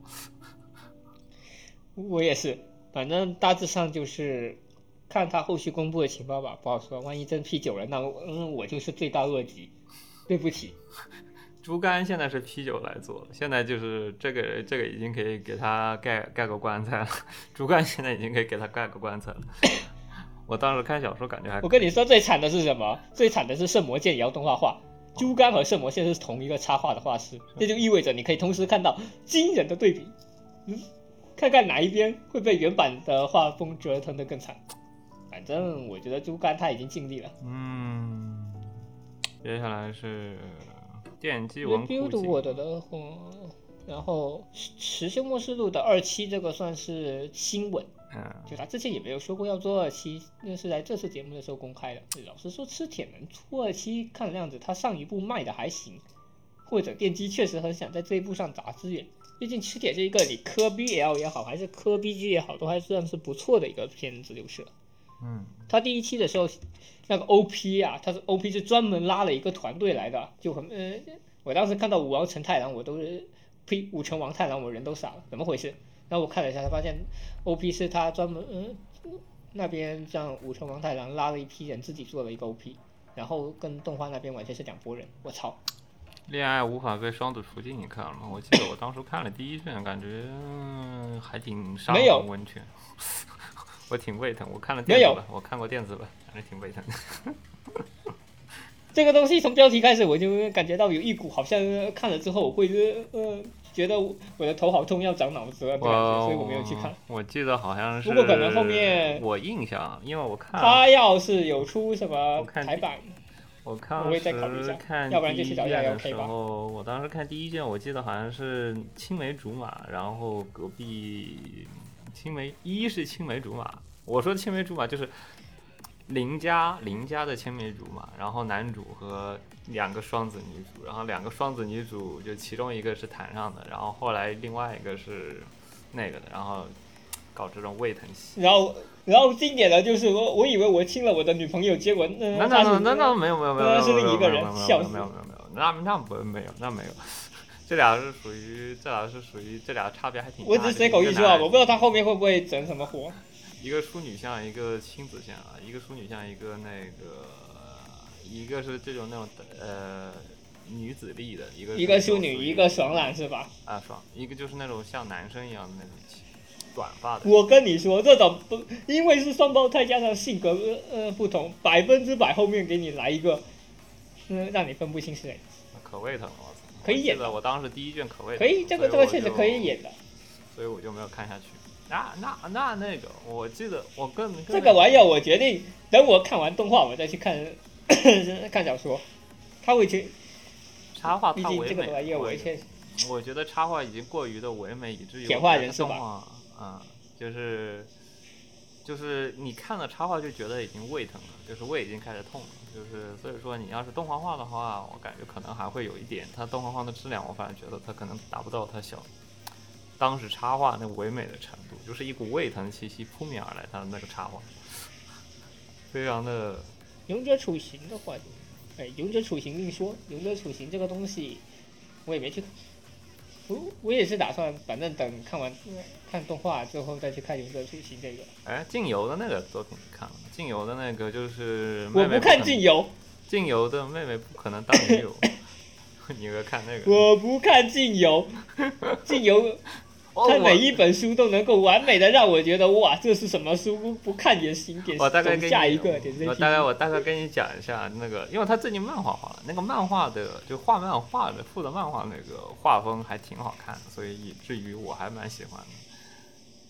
我也是，反正大致上就是看他后续公布的情报吧，不好说。万一真 P 九了，那我嗯我就是罪大恶极。对不起， 猪肝现在是 P 九来做，现在就是这个这个已经可以给他盖盖个棺材了。猪肝现在已经可以给他盖个棺材了。我当时看小说感觉还…… 我跟你说最惨的是什么？最惨的是圣魔剑也要动画化。猪肝和圣魔剑是同一个插画的画师，这就意味着你可以同时看到惊人的对比。嗯，看看哪一边会被原版的画风折腾得更惨。反正我觉得猪肝他已经尽力了。 嗯。接下来是电击文库镜 Build World 的话，然后石修末世录的二期这个算是新闻， 嗯， 就他之前也没有说过要做二期，那是在这次节目的时候公开的。老实说，吃铁能出二期，看样子他上一部卖的还行，或者电击确实很想在这一部上砸资源。毕竟吃铁是一个你磕 B L 也好，还是磕 B G 也好，都还算是不错的一个片子就是了。 嗯， 他第一期的时候，那个 O P 啊，他是 O P 是专门拉了一个团队来的，就很呃，我当时看到武王成太郎，我都是呸，武成王太郎，我人都傻了，怎么回事？然后我看了一下，才发现 O P 是他专门嗯、呃、那边让武成王太郎拉了一批人自己做了一个 O P， 然后跟动画那边完全是两拨人，我操！ 恋爱无法被双子除尽，你看了吗？我记得我当时看了第一卷，感觉、嗯、还挺杀人温泉。我挺胃疼，我看了电子版，我看过电子版，反正挺胃疼的。 这个东西从标题开始我就感觉到有一股好像看了之后我会呃觉得我的头好痛要长脑子了的感觉，所以我没有去看。 我记得好像是， 不过可能后面我印象，因为我看他要是有出什么台版， 我看我会再考虑一下，要不然就去找一下 L K 吧。 我当时看第一卷，我记得好像是青梅竹马，然后隔壁。青梅一是青梅竹马，我说的青梅竹马就是邻家邻家的青梅竹马，然后男主和两个双子女主，然后两个双子女主就其中一个是谈上的，然后后来另外一个是那个的，然后搞这种胃疼戏。 然后然后经典的就是我我以为我亲了我的女朋友，结果那那那那那没有没有没有， 那是另一个人，笑死！ 没有没有没有，那那不没有那没有。这俩是属于，这俩是属于，这俩差别还挺大的。 我只是随口一说啊，我不知道他后面会不会整什么活。 一个淑女像，一个亲子像啊，一个淑女像，一个那个，一个是这种那种呃女子力的，一个一个淑女，一个爽朗是吧？ 啊，爽，一个就是那种像男生一样的那种短发的。 我跟你说，这种不因为是双胞胎加上性格呃不同，百分之百后面给你来一个，嗯、呃，让你分不清是谁。 可胃疼了。 可以演的， 我当时第一卷可胃可以，这个这个确实可以演的， 所以我就没有看下去。那那那那个，我记得我更这个玩意儿，我决定等我看完动画，我再去看看小说。他会去插画， 毕竟这个玩意儿，我确实， 我觉得插画已经过于的唯美，以至于简化人是吧？ 嗯，就是就是你看了插画就觉得已经胃疼了，就是胃已经开始痛了。就是所以说你要是动画化的话，我感觉可能还会有一点，它动画化的质量我反而觉得它可能达不到它小当时插画那唯美的程度，就是一股胃疼气息扑面而来，它的那个插画非常的。 勇者处刑的话，哎，勇者处刑另说，勇者处刑这个东西我也没去看，我我也是打算反正等看完看动画之后再去看勇者处刑这个。 哎，镜游的那个作品你看了吗？镜游的那个就是妹妹不我不看镜游， 镜游的妹妹不可能当女友。你有看那个？ 我不看镜游，镜游，他每一本书都能够完美的让我觉得哇，这是什么书？不看也行，点我大概跟下一个，点我大概我大概跟你讲一下那个，因为他最近漫画化了，那个漫画的就画漫画的附的漫画那个画风还挺好看的，所以以至于我还蛮喜欢的。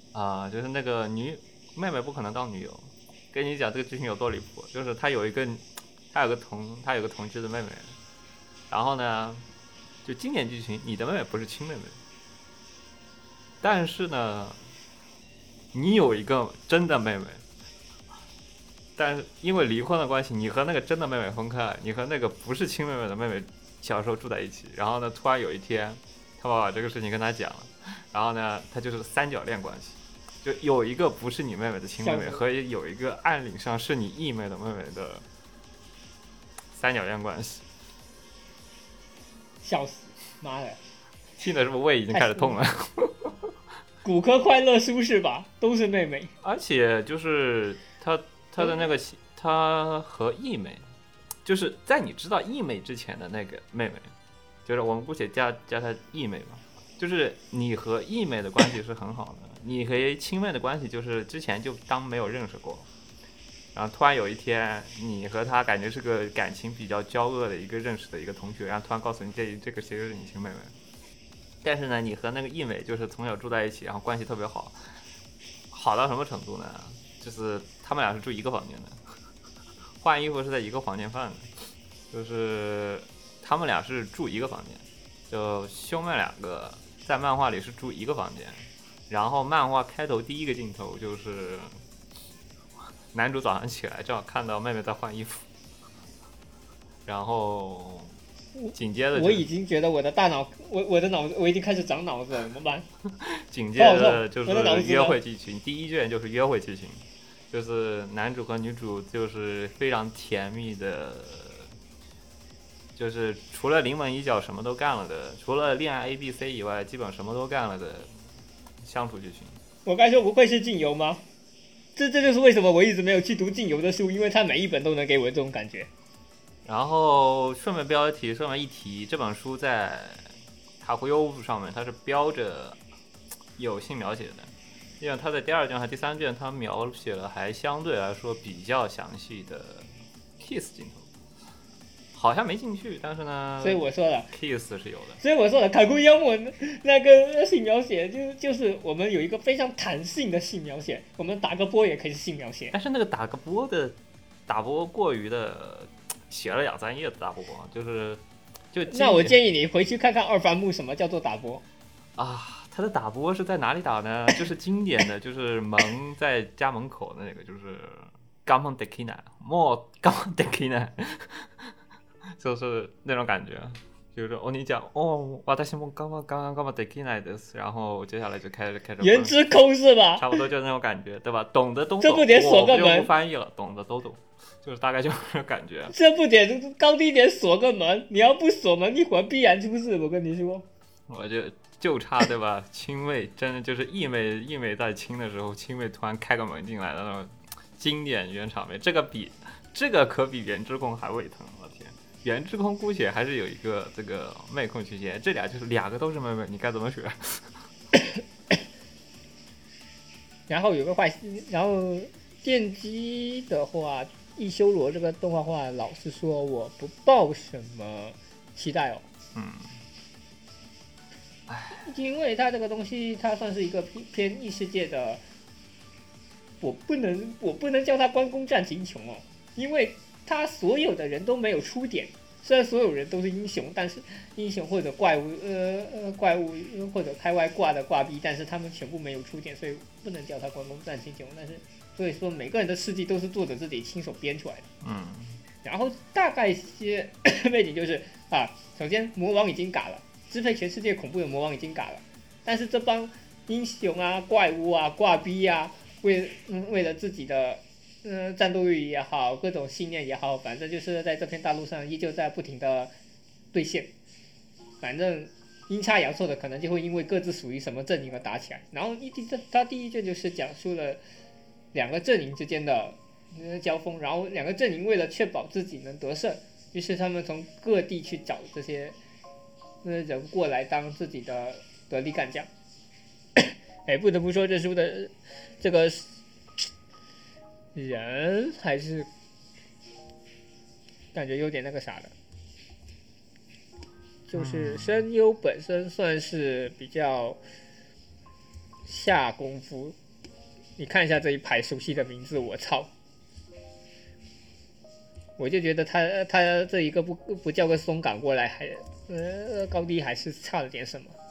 啊、就是那个女妹妹不可能当女友。跟你讲这个剧情有多离谱，就是他有一个他有个同他有个同居的妹妹，然后呢，就经典剧情，你的妹妹不是亲妹妹，但是呢，你有一个真的妹妹，但是因为离婚的关系，你和那个真的妹妹分开，你和那个不是亲妹妹的妹妹小时候住在一起，然后呢，突然有一天，他爸把这个事情跟他讲了，然后呢，他就是三角恋关系。就有一个不是你妹妹的亲妹妹，和有一个按理上是你义妹的妹妹的三角恋关系， 笑死，妈的！ 听的是不是胃已经开始痛了？ 骨科快乐书是吧？都是妹妹， 而且就是他他的那个他和义妹，就是在你知道义妹之前的那个妹妹，就是我们姑且叫叫她义妹吧，就是你和义妹的关系是很好的。你和亲妹的关系就是之前就当没有认识过，然后突然有一天你和他感觉是个感情比较交恶的一个认识的一个同学，然后突然告诉你这这个其实是你亲妹妹，但是呢你和那个义妹就是从小住在一起，然后关系特别好，好到什么程度呢？就是他们俩是住一个房间的，换衣服是在一个房间放的，就是他们俩是住一个房间，就兄妹两个在漫画里是住一个房间。然后漫画开头第一个镜头就是男主早上起来正好看到妹妹在换衣服，然后紧接着、就是、 我已经觉得我的大脑，我我的脑子我已经开始长脑子了，怎么办？ 紧接着就是约会剧情，第一卷就是约会剧情，就是男主和女主就是非常甜蜜的，就是除了临门一脚什么都干了的，除了恋爱 A B C 以外，基本什么都干了的相处剧情。 我该说不愧是静游吗？这这就是为什么我一直没有去读静游的书，因为他每一本都能给我这种感觉。 然后顺便标题，顺便一提，这本书在塔库优上面它是标着有性描写的，因为它在第二卷和第三卷它描写了还相对来说比较详细的 kiss 镜头。好像没进去，但是呢， 所以我说了 ，kiss 是有的。 所以我说了，卡库妖魔那个性描写就就是我们有一个非常弹性的性描写，我们打个波也可以是性描写。 但是那个打个波的打波过于的写了两三页的打波，就是就那我建议你回去看看二番目什么叫做打波啊。他的打波是在哪里打呢？就是经典的，就是门在家门口的那个，就是刚蒙德基奈，莫刚蒙德基奈。就是那种感觉，就是哦，你讲哦，私も刚刚刚刚できないです，然后接下来就开始开始原之空是吧？ 差不多就那种感觉，对吧？懂的都懂， 这不得锁个门？ 我就不翻译了，懂的都懂，就是大概就是感觉。 这不得高低点锁个门？你要不锁门，一会儿必然出事。我跟你说， 我就就差对吧？亲妹真的就是义妹，义妹在亲的时候，亲妹突然开个门进来的那种经典原场面，这个比这个可比原之空还胃疼，我天！原之空姑且还是有一个这个妹控曲线，这俩就是两个都是妹妹，你该怎么选？ 然后有个坏，然后电击的话，一修罗这个动画化，老实说我不抱什么期待哦。 嗯， 唉，因为它这个东西，它算是一个偏异世界的，我不能我不能叫它关公战秦琼哦，因为他所有的人都没有出点，虽然所有人都是英雄，但是英雄或者怪物，呃呃怪物或者开外挂的挂逼，但是他们全部没有出点，所以不能叫他关公战秦琼。但是所以说每个人的事迹都是作者自己亲手编出来的。 嗯， 然后大概一些背景就是啊，首先魔王已经嘎了，支配全世界恐怖的魔王已经嘎了，但是这帮英雄啊、怪物啊、挂逼啊，为嗯为了自己的。嗯，战斗力也好，各种信念也好，反正就是在这片大陆上依旧在不停的兑现。反正阴差阳错的，可能就会因为各自属于什么阵营而打起来。然后一他第一卷就是讲述了两个阵营之间的、呃、交锋，然后两个阵营为了确保自己能得胜，于是他们从各地去找这些、呃、人过来当自己的得力干将。哎，不得不说这书的这个。人还是感觉有点那个啥的，就是声优本身算是比较下功夫。你看一下这一排熟悉的名字，我操！我就觉得他他这一个不不叫个松岗过来，还呃高低还是差了点什么。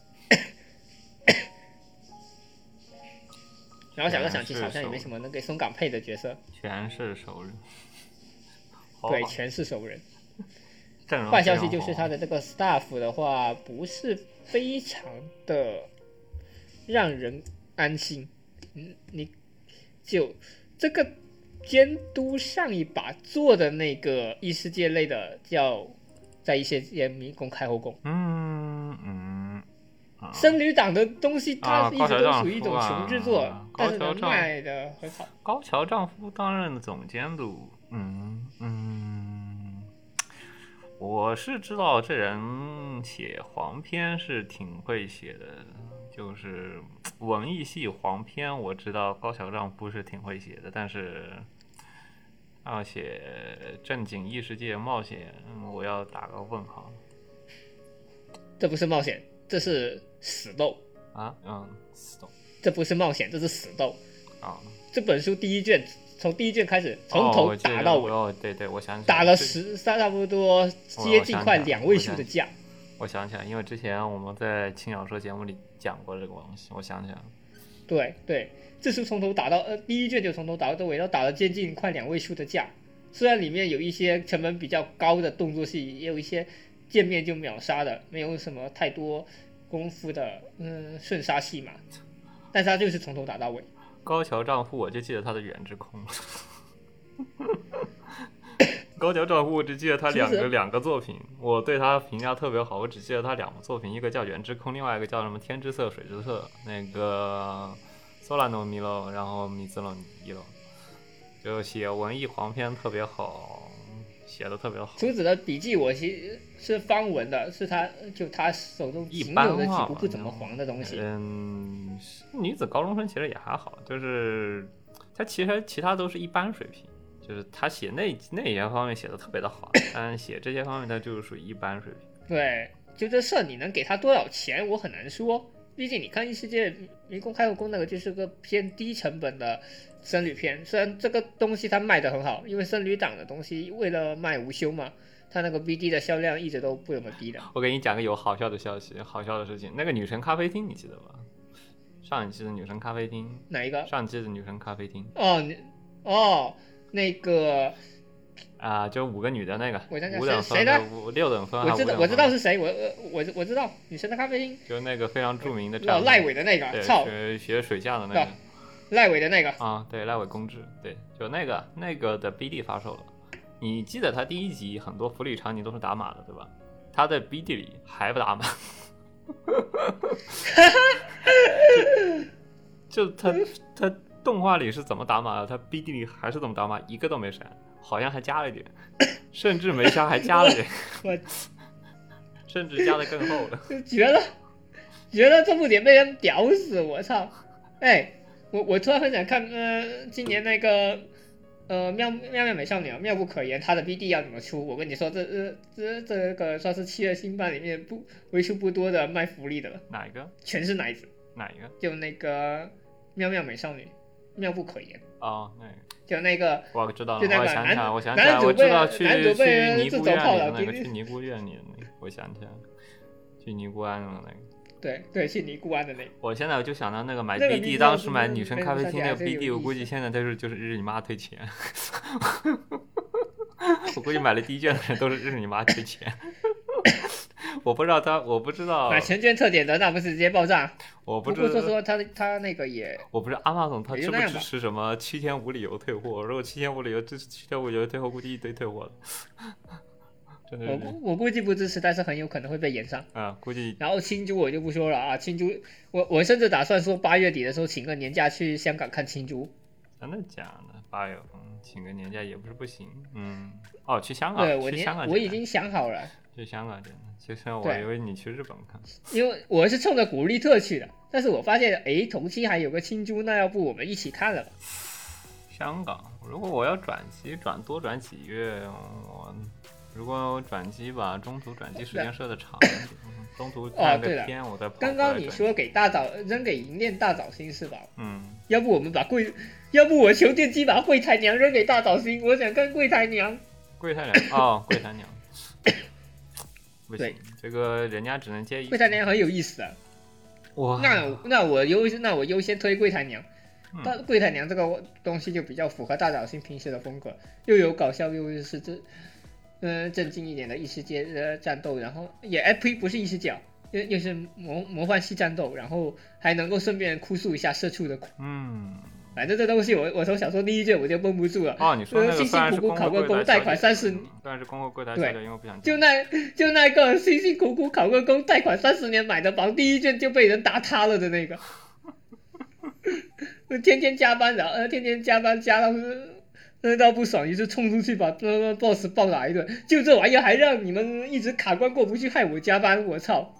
然后想了想，其实好像也没什么能给松岗配的角色， 全是熟人。 对，全是熟人。 阵容坏消息就是他的这个 staff 的话，不是非常的让人安心。嗯，你就这个监督上一把做的那个异世界类的，叫在异世界迷宫开后宫。 嗯嗯。 僧侣党的东西，它一直都属于一种啊穷制作， 啊、 但是能卖的很好。 高桥丈夫担任的总监督，嗯嗯，我是知道这人写黄片是挺会写的，就是文艺系黄片，我知道高桥丈夫是挺会写的，但是要写正经异世界冒险，我要打个问号。 这不是冒险，这是死斗啊，嗯，死斗， 这不是冒险，这是死斗啊。 这本书第一卷，从第一卷开始，从头打到尾， 哦，对对，我想起来， 打了十差不多接近快两位数的价。 我想起来，因为之前我们在轻小说节目里讲过这个东西，我想起来了。 对对，这书从头打到呃，第一卷就从头打到尾，然后打了接近快两位数的价。虽然里面有一些成本比较高的动作戏，也有一些见面就秒杀的，没有什么太多功夫的嗯瞬杀戏嘛，但是他就是从头打到尾。 高桥丈夫，我就记得他的远之空。高桥丈夫，我只记得他两个两个作品，我对他评价特别好。我只记得他两个作品，一个叫《远之空》，另外一个叫什么《天之色》《水之色》。那个 Solano Milo， 然后米兹隆伊洛，就写文艺黄片特别好，写的特别好。 厨子的笔记我其实是方文的，是他就他手中仅有的几部不怎么黄的东西。 嗯，女子高中生其实也还好，就是他其实其他都是一般水平。就是他写那那些方面写的特别的好，但写这些方面他就是属于一般水平。 对，就这事儿你能给他多少钱，我很难说。毕竟你看异世界迷宫开后宫那个就是个偏低成本的僧侣片，虽然这个东西它卖的很好，因为僧侣党的东西为了卖无休嘛，它那个 B D 的销量一直都不怎么低的。 我给你讲个有好笑的消息，好笑的事情，那个女神咖啡厅你记得吧？上一季的女神咖啡厅。 哪一个？ 上季的女神咖啡厅。 哦，哦。那个啊、呃，就五个女的那个， 我想想五等分谁的？ 五六等分， 我知道，我知道是谁，我我我知道女神的咖啡厅， 就那个非常著名的老赖伟的那个，操， 学学水下的那个， 赖伟的那个啊，对，赖伟公治，对，就那个那个的 B D 发售了。你记得他第一集很多福利场景都是打码的，对吧？他在 B D 里还不打码，就, 就他他。动画里是怎么打码的？他 B D 里还是怎么打码，一个都没删，好像还加了一点，甚至没删还加了一点， 我甚至加的更厚了。 绝了，绝了！这部点被人屌死，我操！哎，我我突然很想看，呃，今年那个呃妙妙妙美少女妙不可言，她的 B D 要怎么出？我跟你说，这这这这个算是七月新番里面不为数不多的卖福利的了。 哪一个？ 全是奶子。 哪一个？ 就那个妙妙美少女。妙不可言哦，那个就那个， 我知道了， 就那个我想起来，我想起来， 我知道去男主被尼姑院里的那个， 去去尼姑院里的那个，我想起来了，去尼姑庵的那个， 对对，去尼姑庵的那个。 我现在就想到那个买 B D，、那个、当时买女生咖啡厅那个 B D， 我估计现在都是就是日你妈退钱，我估计买了第一卷的人都是日你妈退钱。我不知道他，我不知道买全卷特点的那不是直接爆炸？ 我不知道。 不过说实话，他他那个也， 我不知道阿玛总他支不支持什么七天无理由退货？如果七天无理由支持七天无理由退货，估计一堆退货了。真的我我估计不支持，但是很有可能会被延上啊，估计。 然后青珠我就不说了啊，青珠我我甚至打算说八月底的时候请个年假去香港看青珠。 真的假的？八月份请个年假也不是不行。嗯，哦，去香港。 对，我年我已经想好了。 去香港见的，其实我以为你去日本看， 因为我是冲着古力特去的，但是我发现，哎，同期还有个青珠，那要不我们一起看了吧？ 香港，如果我要转机转多转几月，我如果转机吧，中途转机时间设的长一点，中途看个片，我再跑。 刚刚你说给大早扔给银链大早星是吧？ 嗯。 要不我们把柜，要不我求电机把柜台娘扔给大早星，我想看柜台娘。 柜台娘哦，柜台娘。不行，这个人家只能接一。 柜台娘很有意思啊。哇。那那我优那我优先推柜台娘。但柜台娘这个东西就比较符合大早星平时的风格，又有搞笑，又是这，嗯，正经一点的异世界的战斗，然后也哎呸，不是异世界，又又是魔魔幻系战斗，然后还能够顺便哭诉一下社畜的苦。 嗯， 反正这东西我我从小说第一卷我就绷不住了。 哦，你说那个辛辛苦苦考个公，贷款三十， 当然是公会柜台小姐，因为不想就那就那个辛辛苦苦考个公，贷款三十年买的房，第一卷就被人打塌了的那个。天天加班，然后呃天天加班加到呃到不爽，于是冲出去把呃 boss 暴打一顿。就这玩意儿还让你们一直卡关过不去，害我加班，我操！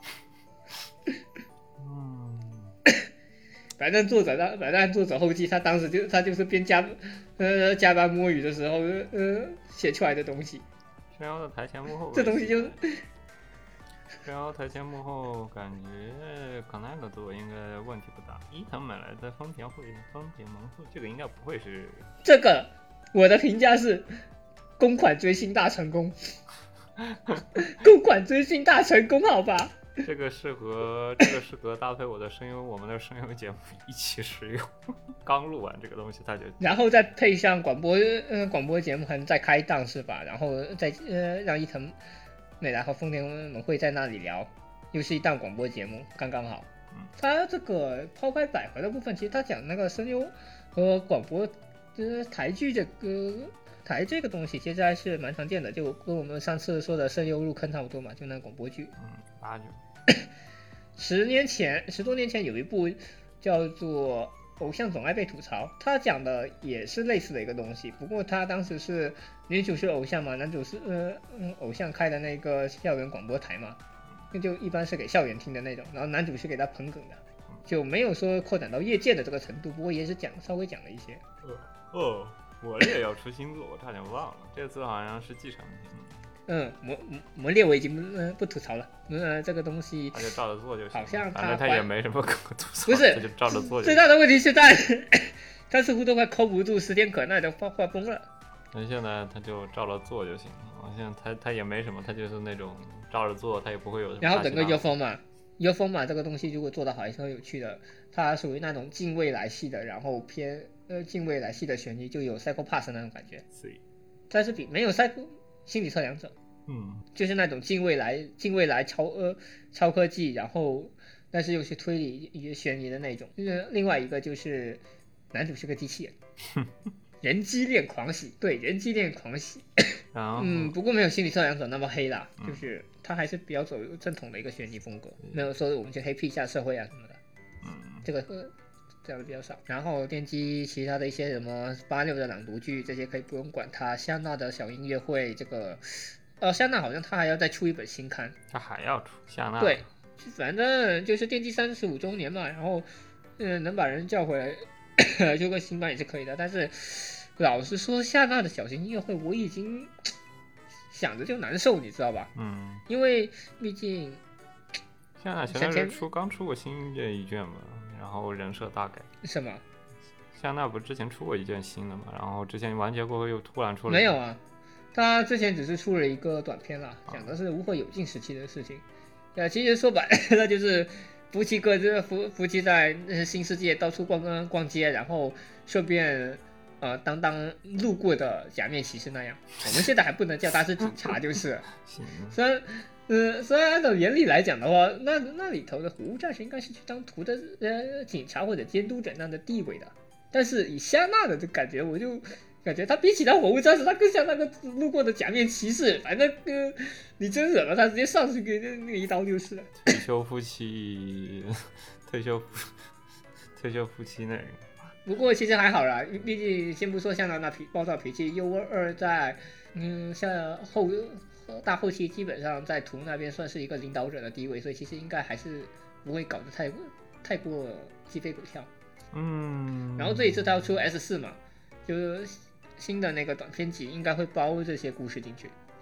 反正作者他反正作者后期他当时就他就是边加呃加班摸鱼的时候呃写出来的东西。 然后台前幕后， 这东西就是。 然后台前幕后感觉可能那个做应该问题不大。伊藤买来的丰田会丰田门户，这个应该不会是这个。我的评价是公款追星大成功。公款追星大成功，好吧。 这个适合这个适合搭配我的声优我们的声优节目一起使用。刚录完这个东西他就， 然后再配上广播呃广播节目，可能再开档是吧？然后再呃让伊藤美来和丰田门会在那里聊，又是一档广播节目，刚刚好。他这个抛开百合的部分，其实他讲那个声优和广播呃台剧这个台这个东西，其实还是蛮常见的，就跟我们上次说的声优入坑差不多嘛，就那广播剧。 嗯，八九。 十年前，十多年前有一部叫做《偶像总爱被吐槽》，他讲的也是类似的一个东西，不过他当时是女主是偶像嘛，男主是呃嗯偶像开的那个校园广播台嘛，那就一般是给校园听的那种，然后男主是给他捧梗的，就没有说扩展到业界的这个程度，不过也是讲稍微讲了一些。 哦哦，我也要出新作，我差点忘了，这次好像是继承。 嗯，魔魔猎我已经不、呃、不吐槽了，呃，这个东西他就照着做就行， 好像反正他也没什么可吐槽， 不是， 他就照着做就行。 最大的问题是在他似乎都快抠不住，时间可耐的画画风了。 那现在他就照着做就行了，现在他他也没什么，他就是那种照着做，他也不会有。 然后整个幽风嘛，幽风嘛，这个东西如果做得好，也是很有趣的。它属于那种近未来系的，然后偏呃近未来系的悬疑，就有 Psycho Pass 那种感觉。 是， 但是比没有 Psycho 心理测量者。 嗯， 就是那种近未来、近未来超呃超科技，然后但是又是推理与悬疑的那种。呃，另外一个就是男主是个机器人，人机恋狂喜，对，人机恋狂喜。嗯，不过没有心理测量者那么黑啦，嗯、就是他还是比较走正统的一个悬疑风格，嗯、没有说我们去黑屁一下社会啊什么的。嗯，这个呃这样的比较少。然后电击其他的一些什么八六的朗读剧这些可以不用管它，香娜的小音乐会这个。呃，夏娜好像他还要再出一本新刊， 他还要出夏娜。 对，反正就是电击三十五周年嘛，然后，嗯、呃，能把人叫回来，出个新版也是可以的。但是，老实说，夏娜的小型音乐会我已经想着就难受，你知道吧？ 嗯， 因为毕竟夏娜前段时间出刚出过新这一卷嘛，然后人设大改。 什么？ 夏娜不是之前出过一卷新的嘛，然后之前完结过后又突然出了。 没有啊。他之前只是出了一个短片啦，讲的是无悔有尽时期的事情。呃，其实说白了，那就是夫妻各自夫夫妻在新世界到处逛逛街，然后顺便呃当当路过的假面骑士那样。我们现在还不能叫他是警察，就是。虽然呃虽然按照原理来讲的话，那那里头的火舞战士应该是去当图的呃警察或者监督者那样的地位的，但是以夏娜的这感觉，我就。感觉他比起他火舞战士，他更像那个路过的假面骑士。反正呃，你真惹了他，直接上去给那个一刀就是了。 退休夫妻，退休退休夫妻那个。 不过其实还好啦，毕竟先不说像他那脾暴躁脾气，U二在嗯像后大后期基本上在图那边算是一个领导者的地位，所以其实应该还是不会搞得太太过鸡飞狗跳。 嗯。 然后这一次他要出 S 四嘛，就是。新的那个短篇集应该会包这些故事进去，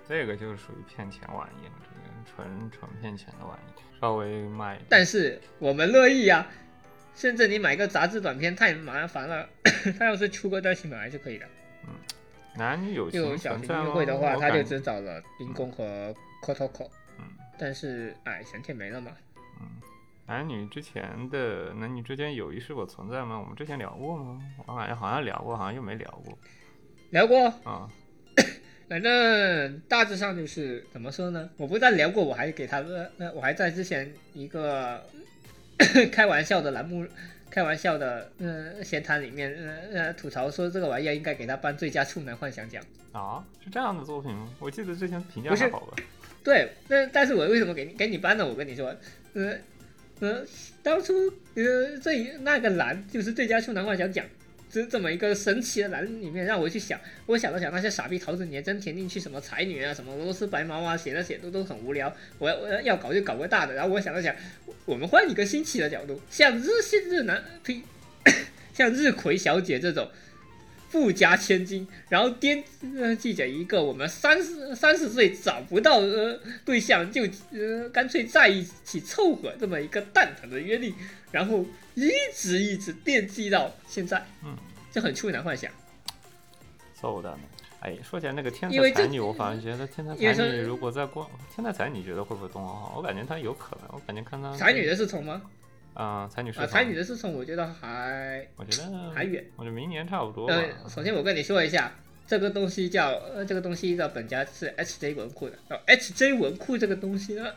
这个就是属于骗钱玩意了，这个纯纯骗钱的玩意，稍微慢一点。 但是我们乐意啊，甚至你买个杂志短片太麻烦了，他要是出个单行本还是可以的。 嗯，男女友情就小型存在吗？ 约会的话， 我感他就只找了冰宫和 Kotoko。 嗯， 但是哎，神田没了嘛。 嗯，男女之前的男女之间友谊是否存在吗？我们之前聊过吗？我感觉好像聊过，好像又没聊过。 聊过啊。 反正大致上就是怎么说呢？我不但聊过，我还给他呃，我还在之前一个开玩笑的栏目、开玩笑的呃闲谈里面呃呃吐槽说这个玩意儿应该给他颁最佳处男幻想奖啊，是这样的作品吗？我记得之前评价不是还好吧？ 对，那但是我为什么给你给你颁呢？我跟你说，呃呃，当初呃这那个栏就是最佳处男幻想奖。这这么一个神奇的栏里面，让我去想，我想了想那些傻逼桃子年真填进去什么才女啊，什么俄罗斯白毛啊，写的写都都很无聊。我要我要搞就搞个大的。然后我想了想，我们换一个新奇的角度，像日系日男呸，像日葵小姐这种富家千金，然后颠呃记着一个我们三十三十岁找不到呃对象就呃干脆在一起凑合这么一个蛋疼的约定，然后一直一直惦记到现在， 嗯， 这很处男幻想。 そうだね。哎，说起来那个天因为这才才女，我反而觉得天才因为说才女如果在过天才才女，你觉得会不会动画化？我感觉它有可能，我感觉看它才女的是从吗？ 啊、才女是啊，才女的是从，我觉得还我觉得还远。 我觉得明年差不多吧。 呃，首先我跟你说一下，这个东西叫呃，这个东西的本家是 H J 文库的。哦 H J 文库这个东西呢，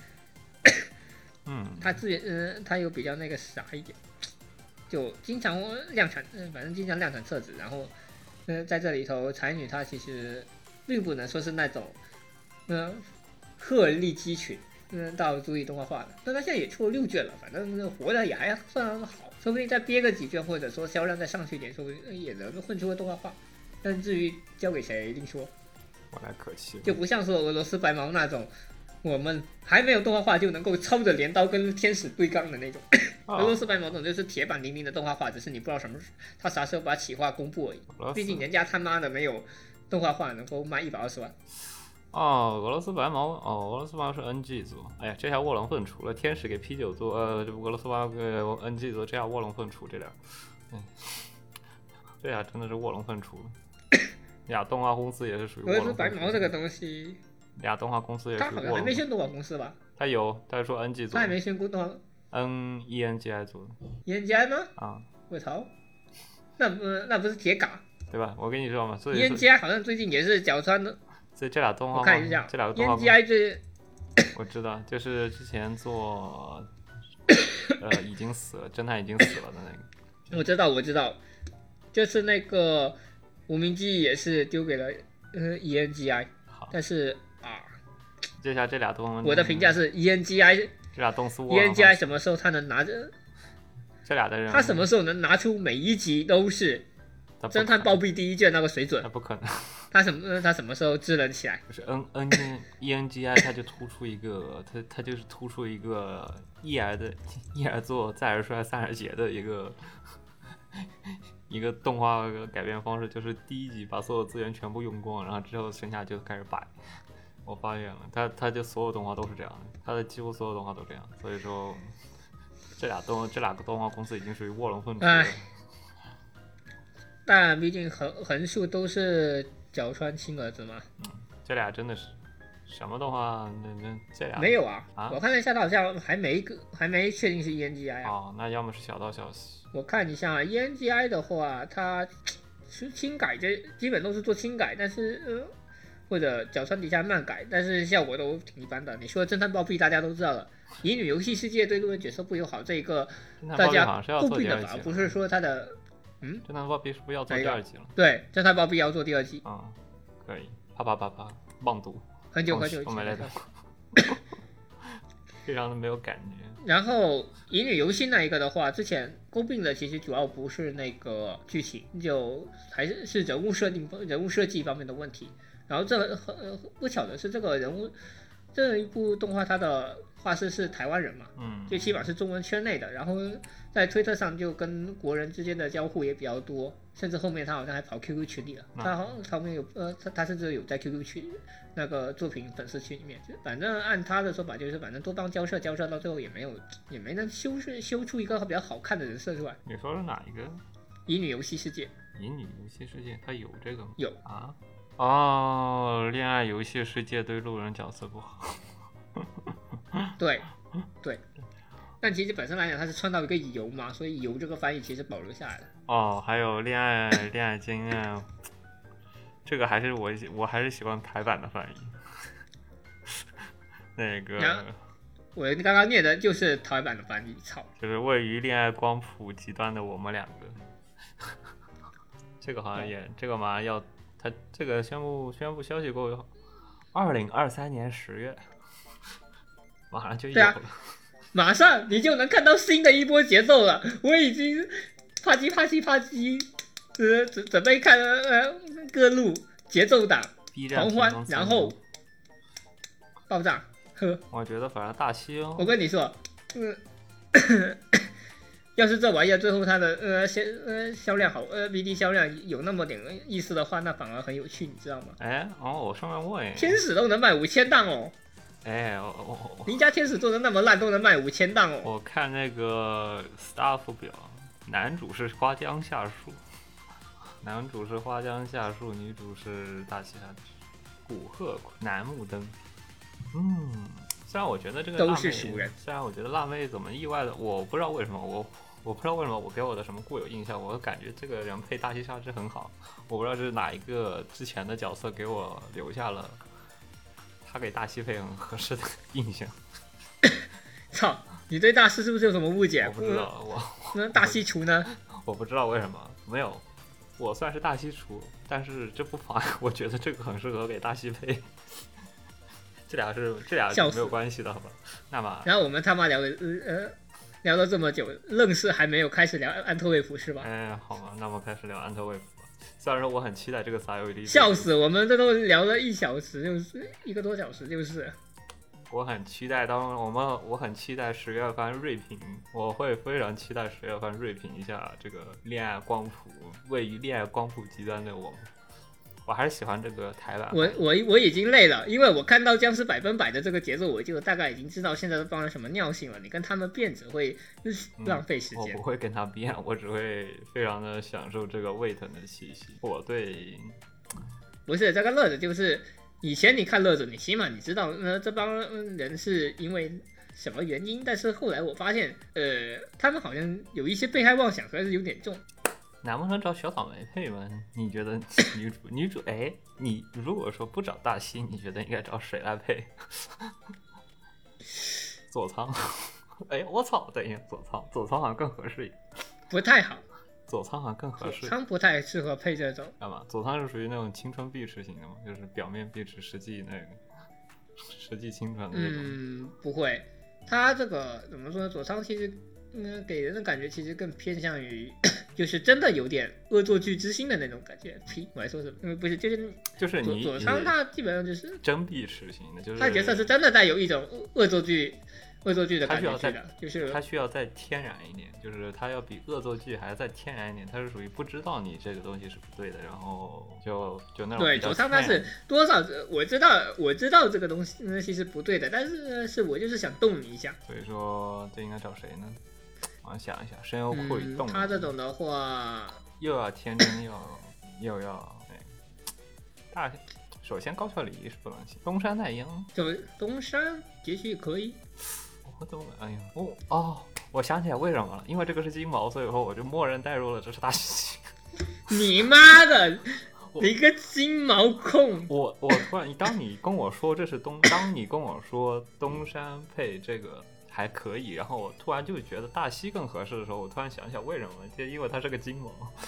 嗯， 它自呃，它有比较那个啥一点，就经常量产，呃，反正经常量产册子，然后，呃，在这里头，才女她其实并不能说是那种，呃，鹤立鸡群。嗯，到足以动画化的，但他现在也出了六卷了，反正活的也还算好，说不定再憋个几卷，或者说销量再上去一点，说不定也能混出个动画化。但至于交给谁另说， 我来可惜了， 就不像说俄罗斯白毛那种，我们还没有动画化就能够操着镰刀跟天使对杠的那种。 哦、 俄罗斯白毛这种就是铁板钉钉的动画化，只是你不知道什么他啥时候把企划公布而已。毕竟人家他妈的没有动画化能够卖一百二十万。 哦，俄罗斯白毛哦，俄罗斯白毛是 N G 做。哎呀，这下卧龙凤雏了，天使给啤酒做，呃，俄罗斯白毛给 N G 做，这下卧龙凤雏这俩，嗯，这下真的是卧龙凤雏。俩动画公司也是属于卧龙凤雏。 俄罗斯白毛这个东西， 俩动画公司也是属于卧龙凤雏。 他好像还没宣动画公司吧？ 他有，他是说 N G 做。 他还没宣过动画。 N E N G I 做的。 E N G I 吗？ 啊， 我操，那不那不是铁杆？ 对吧？我跟你说嘛，所以 E N G I 好像最近也是角川的。 所以这俩动画， 我看一下， 这两个动画 E N G I 这， 我知道，就是之前做，呃，已经死了，侦探已经死了的那个。 我知道，我知道，就是那个无名记忆也是丢给了呃 E N G I， 但是啊， 接下来这俩动， 我的评价是 E N G I， 这俩动司 E N G I 什么时候他能拿着？ 这俩的人， 他什么时候能拿出每一集都是侦探暴毙第一卷那个水准？ 那不可能。 他什么？他什么时候智能起来？ 就是 N N E N G I， 它就突出一个，它它就是突出一个一而的一而做再而衰三而竭的一个一个动画改编方式，就是第一集把所有资源全部用光，然后之后剩下就开始摆。我发现了，它它就所有动画都是这样的，它的几乎所有动画都这样，所以说这俩动这两个动画公司已经属于卧龙凤雏了。 但毕竟横横竖都是角川亲儿子嘛。 嗯，这俩真的是什么动画？那那这俩没有啊， 啊我看了一下，他好像还没个还没确定是 E N G I 啊。 哦，那要么是小道消息。 我看一下 E N G I 的话，它是轻改，这基本都是做轻改，但是呃或者角川底下慢改，但是效果都挺一般的。你说侦探暴毙，大家都知道了，乙女游戏世界对路人角色不友好这一个，大家诟病的反而不是说它的。嗯， 侦探暴毙是不是要做第二季了？ 对，侦探暴毙要做第二季。 啊、嗯，可以，啪啪啪啪，棒读。 很久很久以前。 我没来的。非常的没有感觉。 然后乙女游戏那一个的话，之前诟病的其实主要不是那个剧情，就还是是人物设定、人物设计方面的问题。然后这呃不巧的是，这个人物这一部动画它的画师是台湾人嘛， 嗯， 就起码是中文圈内的，然后在推特上就跟国人之间的交互也比较多，甚至后面他好像还跑 Q Q 群里了， 嗯、 他好像后面有呃他他甚至有在 Q Q 群那个作品粉丝群里面，就反正按他的说法就是反正多方交涉交涉到最后也没有也没能修修出一个比较好看的人设出来。 你说是哪一个？ 乙女游戏世界。 乙女游戏世界它有这个吗？ 有啊。哦，恋爱游戏世界对路人角色不好。 对对，但其实本身来讲它是创造一个游嘛，所以游这个翻译其实保留下来了。 哦，还有恋爱恋爱经验，这个还是我我还是喜欢台版的翻译。那个我刚刚念的就是台版的翻译，操！ 就是位于恋爱光谱极端的我们两个。这个好像也，哦、这个马上要，他这个宣布宣布消息过后，二零二三年十月，马上就有了，啊， 马上你就能看到新的一波节奏了。我已经啪叽啪叽啪叽，呃，准准备看呃各路节奏档狂欢，然后爆炸。呵， 我觉得反正大西哦， 我跟你说，嗯。要是这玩意儿最后它的呃销呃销量好，呃 B D 销量有那么点意思的话，那反而很有趣，你知道吗？ 哎，哦，我上面问， 天使都能卖五千档哦。 哎，我我您家天使做的那么烂，都能卖五千档哦。 我看那个 staff 表，男主是花江夏树，男主是花江夏树，女主是大西亚古贺楠木灯。嗯。虽然我觉得这个都是熟人， 虽然我觉得辣妹怎么意外的，我不知道为什么，我我不知道为什么我给我的什么固有印象，我感觉这个人配大西沙织很好，我不知道是哪一个之前的角色给我留下了他给大西配很合适的印象。 操，你对大师是不是有什么误解？ 我不知道，我那大西厨呢？ 我不知道为什么没有，我算是大西厨，但是这不妨碍我觉得这个很适合给大西配。这俩是这俩是没有关系的，好吧？那么， 然后我们他妈聊的呃聊了这么久，愣是还没有开始聊安特卫普是吧？ 哎，好吧，那么开始聊安特卫普吧。虽然说我很期待这个撒尤利， 笑死，我们这都聊了一小时，就是一个多小时，就是。 我很期待，当我们我很期待十月份锐评，我会非常期待十月份锐评一下这个恋爱光谱，位于恋爱光谱极端的我们。我还是喜欢这个台版。 我我我已经累了，因为我看到僵尸百分百的这个节奏，我就大概已经知道现在都放了什么尿性了。你跟他们辩只会浪费时间、嗯。 我不会跟他辩，我只会非常的享受这个胃疼的气息。我对， 不是这个乐子，就是以前你看乐子，你起码你知道，呃，这帮人是因为什么原因，但是后来我发现，呃，他们好像有一些被害妄想还是有点重。 难不成找小草莓配吗？你觉得女主女主哎，你如果说不找大西，你觉得应该找谁来配？佐仓，哎，我操！等一下，佐仓，佐仓好像更合适一点。 不太好， 佐仓好像更合适。 佐仓不太适合配这种。 干嘛？佐仓是属于那种青春碧池型的吗？就是表面碧池，实际那个实际清纯的那种。 嗯，不会。他这个怎么说呢？佐仓其实。嗯，给人的感觉其实更偏向于，就是真的有点恶作剧之心的那种感觉。呸，我还说什么？嗯，不是，就是就是你佐仓他基本上就是真碧池型的，就是他角色是真的带有一种恶作剧、恶作剧的感觉的，就是他需要再天然一点，就是他要比恶作剧还要再天然一点。他是属于不知道你这个东西是不对的，然后就就那种对佐仓他是多少我知道我知道这个东西东西是不对的，但是是我就是想动你一下。 所以说这应该找谁呢？我想一下，声优会动、 嗯。他这种的话， 又要天真，又又要大。首先高桥礼仪是不能行，东山奈央就东山也许可以。 我懂了，哎呀，哦哦，我想起来为什么了，因为这个是金毛，所以说我就默认带入了这是大西。 你妈的，你个金毛控！ 我我突然，当你跟我说这是东，当你跟我说东山配这个。还可以，然后我突然就觉得大西更合适的时候，我突然想想为什么，就因为他是个金毛，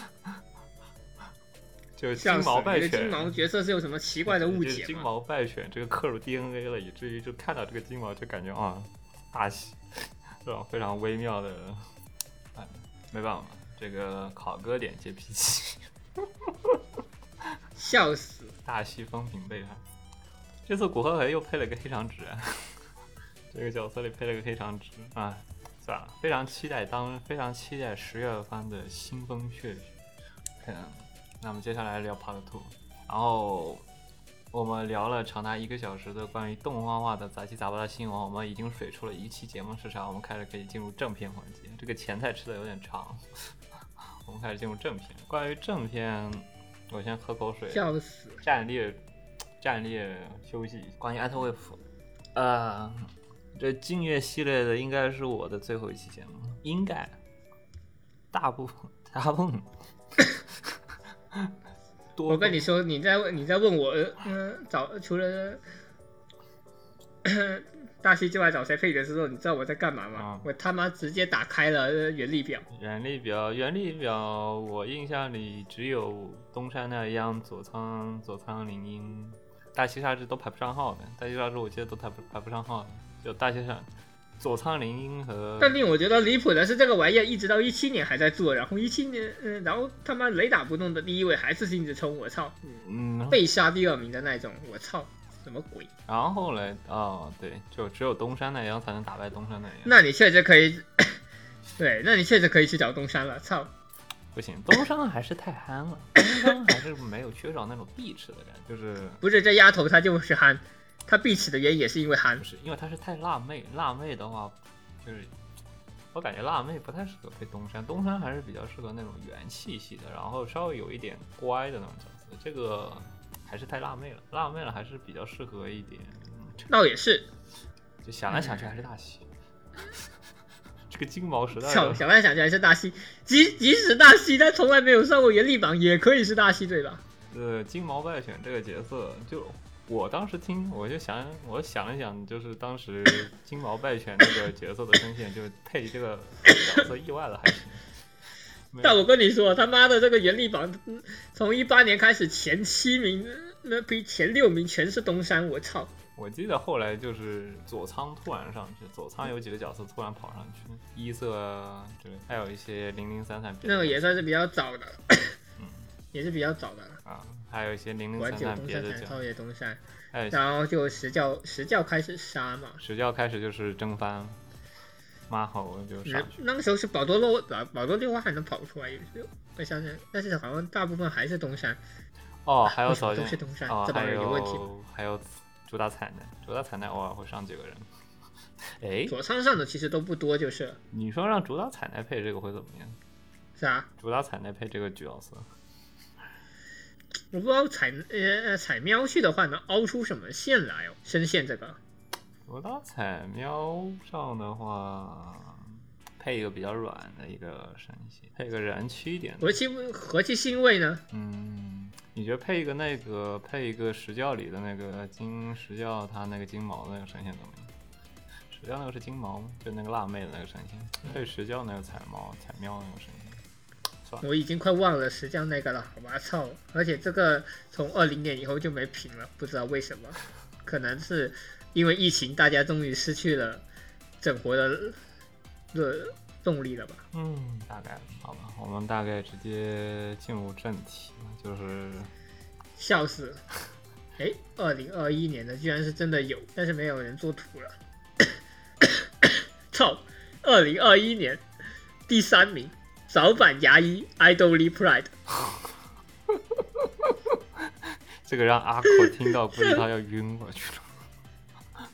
就金毛败犬。 金毛角色是有什么奇怪的误解吗？ 金毛败犬这个刻入 D N A 了，以至于就看到这个金毛就感觉啊，大西这种非常微妙的，哎，没办法，这个考哥点接脾气， 笑死！ 大西风评背叛。 这次古贺黑又配了个黑长直，这个角色里配了个黑长直啊，算了，非常期待当非常期待十月番的腥风血雨。嗯，那么接下来聊 Part Two， 然后我们聊了长达一个小时的关于动画化的杂七杂八的新闻，我们已经水出了一期节目时长，我们开始可以进入正片环节。这个前菜吃的有点长，我们开始进入正片。关于正片，我先喝口水。 笑死！ 战略，战略休息。关于艾特卫夫，呃，这静月系列的应该是我的最后一期节目，应该，大部分大部分。 我跟你说，你在你在问我，嗯、呃，找除了大西之外找谁配的时候，你知道我在干嘛吗？嗯、我他妈直接打开了原力表。 原力表，原力表，我印象里只有东山那样佐仓佐仓绫音、大西沙织都排不上号的。大西沙织我记得都排不排不上号的，就大西沙。佐仓绫音和， 但令我觉得离谱的是，这个玩意儿一直到一七年还在做，然后一七年，嗯，然后他妈雷打不动的第一位还是星之冲，我操，嗯，被杀第二名的那种，我操，什么鬼？ 然后后来，哦，对，就只有东山奈央才能打败东山奈央。 那你确实可以，对，那你确实可以去找东山了，操！ 不行，东山还是太憨了，东山还是没有缺少那种碧池的人，就是不是这丫头她就是憨。他碧池的原因也是因为憨， 不是因为他是太辣妹。辣妹的话，就是我感觉辣妹不太适合配东山，东山还是比较适合那种元气系的，然后稍微有一点乖的那种角色。这个还是太辣妹了，辣妹了还是比较适合一点。 倒也是， 就想来想去还是大西。嗯、这个金毛时代， 想想来想去还是大西，即即使大西他从来没有上过原力榜，也可以是大西，对吧？ 呃，金毛败选这个角色就。我当时听，我就想，我想了想，就是当时金毛败犬这个角色的声线，就配这个角色意外的还行。 但我跟你说，他妈的这个原力榜从一八年开始前七名，那比前六名全是东山，我操！ 我记得后来就是佐仓突然上去，佐仓有几个角色突然跑上去，一色啊，对，还有一些零零散散， 那个也算是比较早的，嗯，也是比较早的啊。还有一些零零散散别的角色，东山，然后就石教石教开始杀嘛， 石教开始就是征番，马吼就上去。 那个时候是宝多洛宝宝多六花还能跑出来，有时候我想想，但是好像大部分还是东山。 哦，还有早都是东山， 哦、 这帮人有问题。 还有主打彩奈，主打彩奈偶尔会上几个人。哎， 左仓上的其实都不多，就是。 你说让主打彩奈配这个会怎么样？ 啥？ 主打彩奈配这个角色。 我不知道踩呃踩喵去的话能凹出什么线来哦，声线这个。 我到踩喵上的话，配一个比较软的一个声线，配一个燃气一点的。 和气和气腥味呢？ 嗯，你觉得配一个那个配一个石教里的那个金石教他那个金毛那个声线怎么样？石教那个是金毛吗？就那个辣妹的那个声线，配石教那个彩毛彩喵那个声线。 我已经快忘了石匠那个了，好吧，操！而且这个从二零年以后就没评了，不知道为什么，可能是因为疫情，大家终于失去了整活的的动力了吧？ 嗯，大概好吧，我们大概直接进入正题，就是笑死了！哎，二零二一年的居然是真的有，但是没有人做图了。操！二零二一年第三名。早版牙医 Idol Pride， 这个让阿口听到，估计他要晕过去了。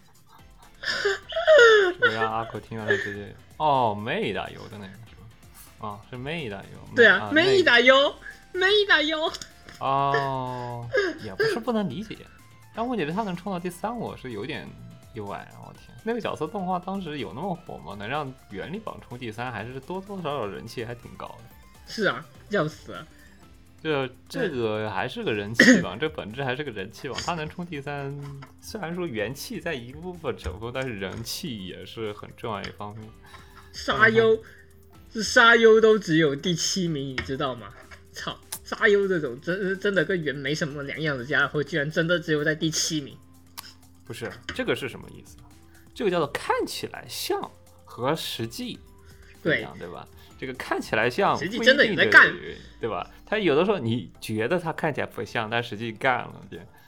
这个让阿口听到，他直接哦，妹打油的那个是吧？啊，是妹打油。 对啊，妹打油，妹打油。 哦，也不是不能理解，但问题是他能冲到第三，我是有点意外。我天，那个角色动画当时有那么火吗？能让原力榜冲第三，还是多多少少人气还挺高的。 是啊，要死了。 就这个还是个人气榜，这本质还是个人气榜。他能冲第三，虽然说元气在一部分程度，但是人气也是很重要一方面。 沙优，是沙优都只有第七名，你知道吗？操，沙优这种真真的跟元没什么两样的家伙，居然真的只有在第七名。 不是，这个是什么意思？这个叫做看起来像和实际不一样， 对, 对吧？这个看起来像， 实际真的也在干， 对吧？他有的时候你觉得他看起来不像，但实际干了，对。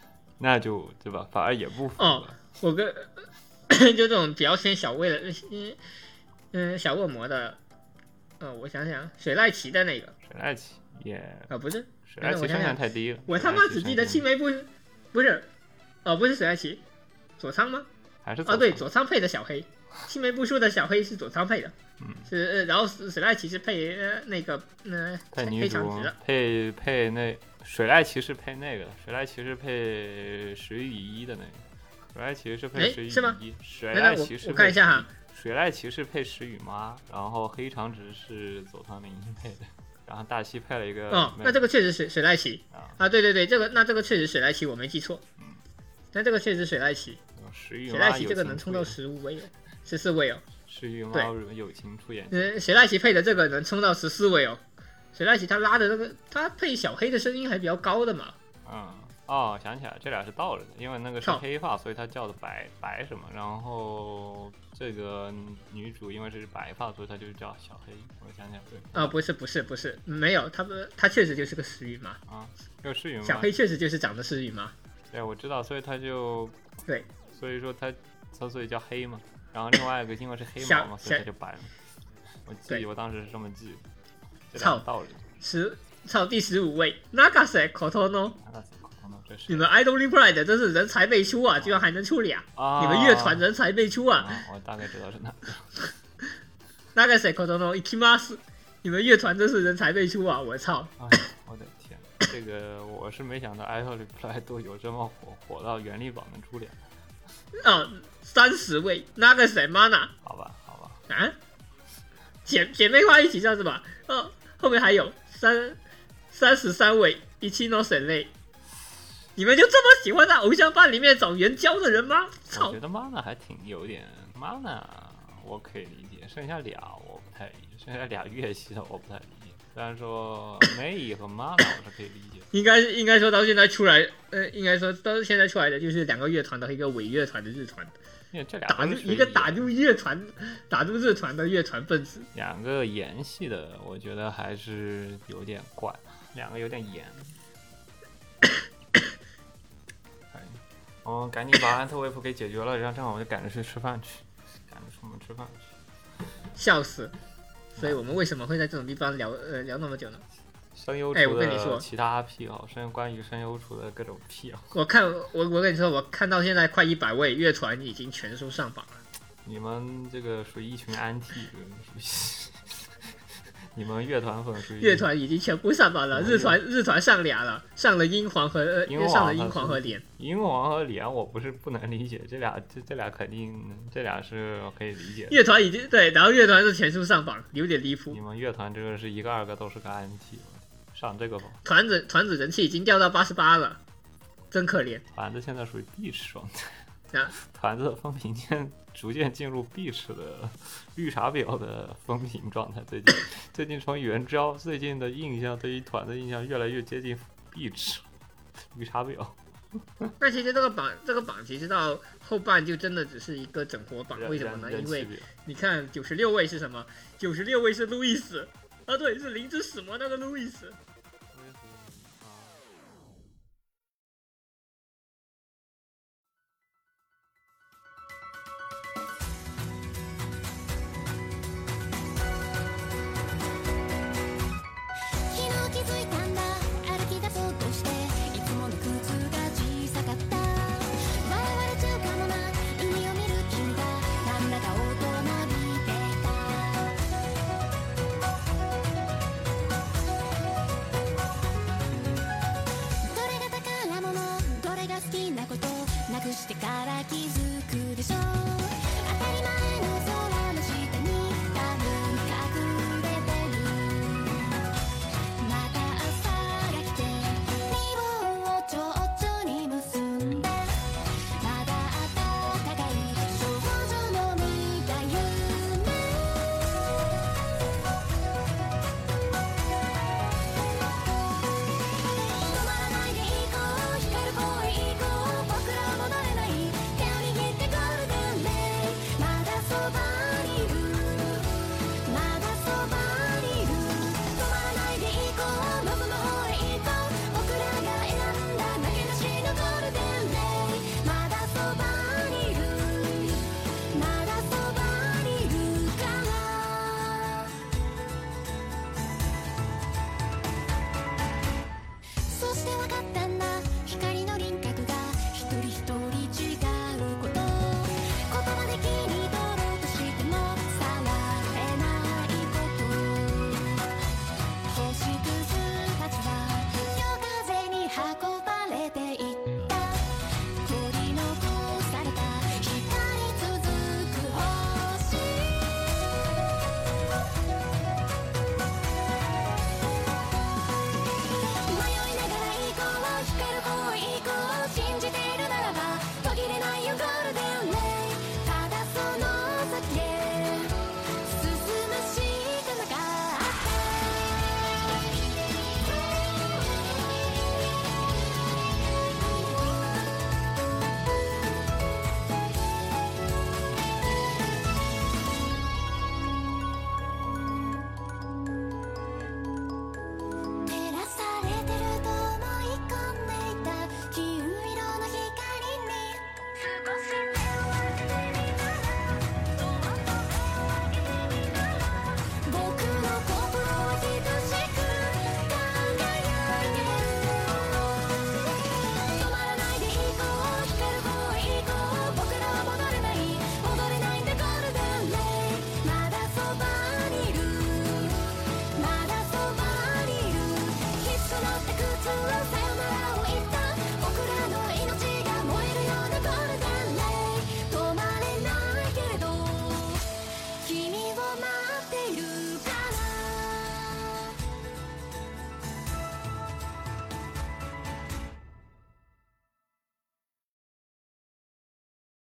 那就对吧？反而也不符合。 哦，我跟就这种比较偏小胃的，嗯嗯，小恶魔的，呃，我想想，水濑奇的那个， 水濑奇也啊、不是， 水濑奇声线太低了。 我他妈只记得青梅不是，不是，哦，不是水濑奇，佐仓吗？ 还是哦，对，佐仓配的小黑，青梅不输的小黑是佐仓配的， 嗯， 是，呃然后水濑奇是配呃那个呃配女主黑长直的， 配配那水濑奇是配那个的，水濑奇是配石羽一的那个。水濑奇是配石羽一，水濑奇是我看一下哈， 水濑奇是配石羽妈，然后黑长直是佐仓绫音配的，然后大西配了一个。 哦，那这个确实是水濑奇啊， 啊，对对对，这个那这个确实水濑奇，我没记错，嗯，那这个确实水濑奇， 石羽水濑奇这个能冲到十五位哦，十四位哦， 石羽妈友情出演， 嗯，水濑奇配的这个能冲到十四位哦，水濑奇他拉的那个他配小黑的声音还比较高的嘛， 嗯。哦，想起来，这俩是倒着的，因为那个是黑发，所以他叫的白白什么，然后这个女主因为是白发，所以她就叫小黑。我想起来，对。 啊、哦，不是不是不是，没有，他不，他确实就是个石羽妈啊，有石羽妈。 小黑确实就是长得石羽妈。 对，我知道，所以他就对， 所以说他他所以叫黑嘛，然后另外一个因为是黑毛嘛，所以他就白了。我记，我当时是这么记的。这俩倒着。 十，操，第十五位 ，Nagase Kotono。你们 Idol Reply 的真是人才辈出啊，居然还能出俩！ 啊、 你们乐团人才辈出啊！ 啊我大概知道是哪个。 那个谁，Kotono Ikimasu，你们乐团真是人才辈出啊！我操！ 哎，我的天，这个我是没想到 Idol Reply 都有这么火，火到原力榜能出俩。 哦，三十位，那个谁 Mana。 好吧，好吧。 啊？姐姐妹花一起上是吧？哦，后面还有三三十三位，Ichino Senrei。你们就这么喜欢在偶像番里面找援交的人吗？操！ 我觉得 Mana 还挺有点 Mana， 我可以理解，剩下俩我不太理解，剩下俩乐器的我不太理解。虽然说 Mei 和 Mana 我是可以理解， 应该应该说到现在出来，呃，应该说到现在出来的就是两个乐团的一个伪乐团的日团， 因为这俩打入一个打入乐团、打入日团的乐团分子， 两个演戏的，我觉得还是有点怪，两个有点严。我、哦、赶紧把安特卫普给解决了，然后正好我就赶着去吃饭去，赶着出门吃饭去， 笑死！所以我们为什么会在这种地方聊呃聊那么久呢？ 声优厨的其他癖好，声关于声优厨的各种癖好。 我看我我跟你说，我看到现在快一百位乐团已经全数上榜了。 你们这个属于一群安 T， 属于你们乐团粉属于乐团已经全部上榜了，日团日团上俩了，上了英皇和呃英皇上了英皇和莲。 英皇和莲我不是不能理解，这俩这这俩肯定这俩是可以理解的。 乐团已经对，然后乐团是全数上榜，有点离谱。 你们乐团这个是一个二个都是个安 T， 上这个榜。 团子团子人气已经掉到八十八了，真可怜。 团子现在属于闭池状态。 啊， 团子的风评渐逐渐进入闭池的绿茶婊的风评状态。最近最近从援交最近的印象对于团的印象越来越接近闭池绿茶婊。 那其实这个榜这个榜其实到后半就真的只是一个整活榜，为什么呢？因为你看九十六位是什么？九十六位是路易斯啊，对，是灵之使魔那个路易斯。 してわかったんだ光の輪郭が一人一人違うこと言葉で気に取ろうとしてもさられないこと星屑たちは夜風に運ばれていった取り残された光り続く星迷いながら行こう光る方へ行こう信じているならば途切れないよゴールデンレイただその先へ進むしかなかった照らされてると思い込んでいた金色の光に少し手を挙げてみたらそっと手を挙げてみたら僕の心は等しく輝いてる止まらないで行こう光る方へ行こう僕らは戻れない戻れないんだゴールデンレイまだそばにいるまだそばにいるきつくなった靴を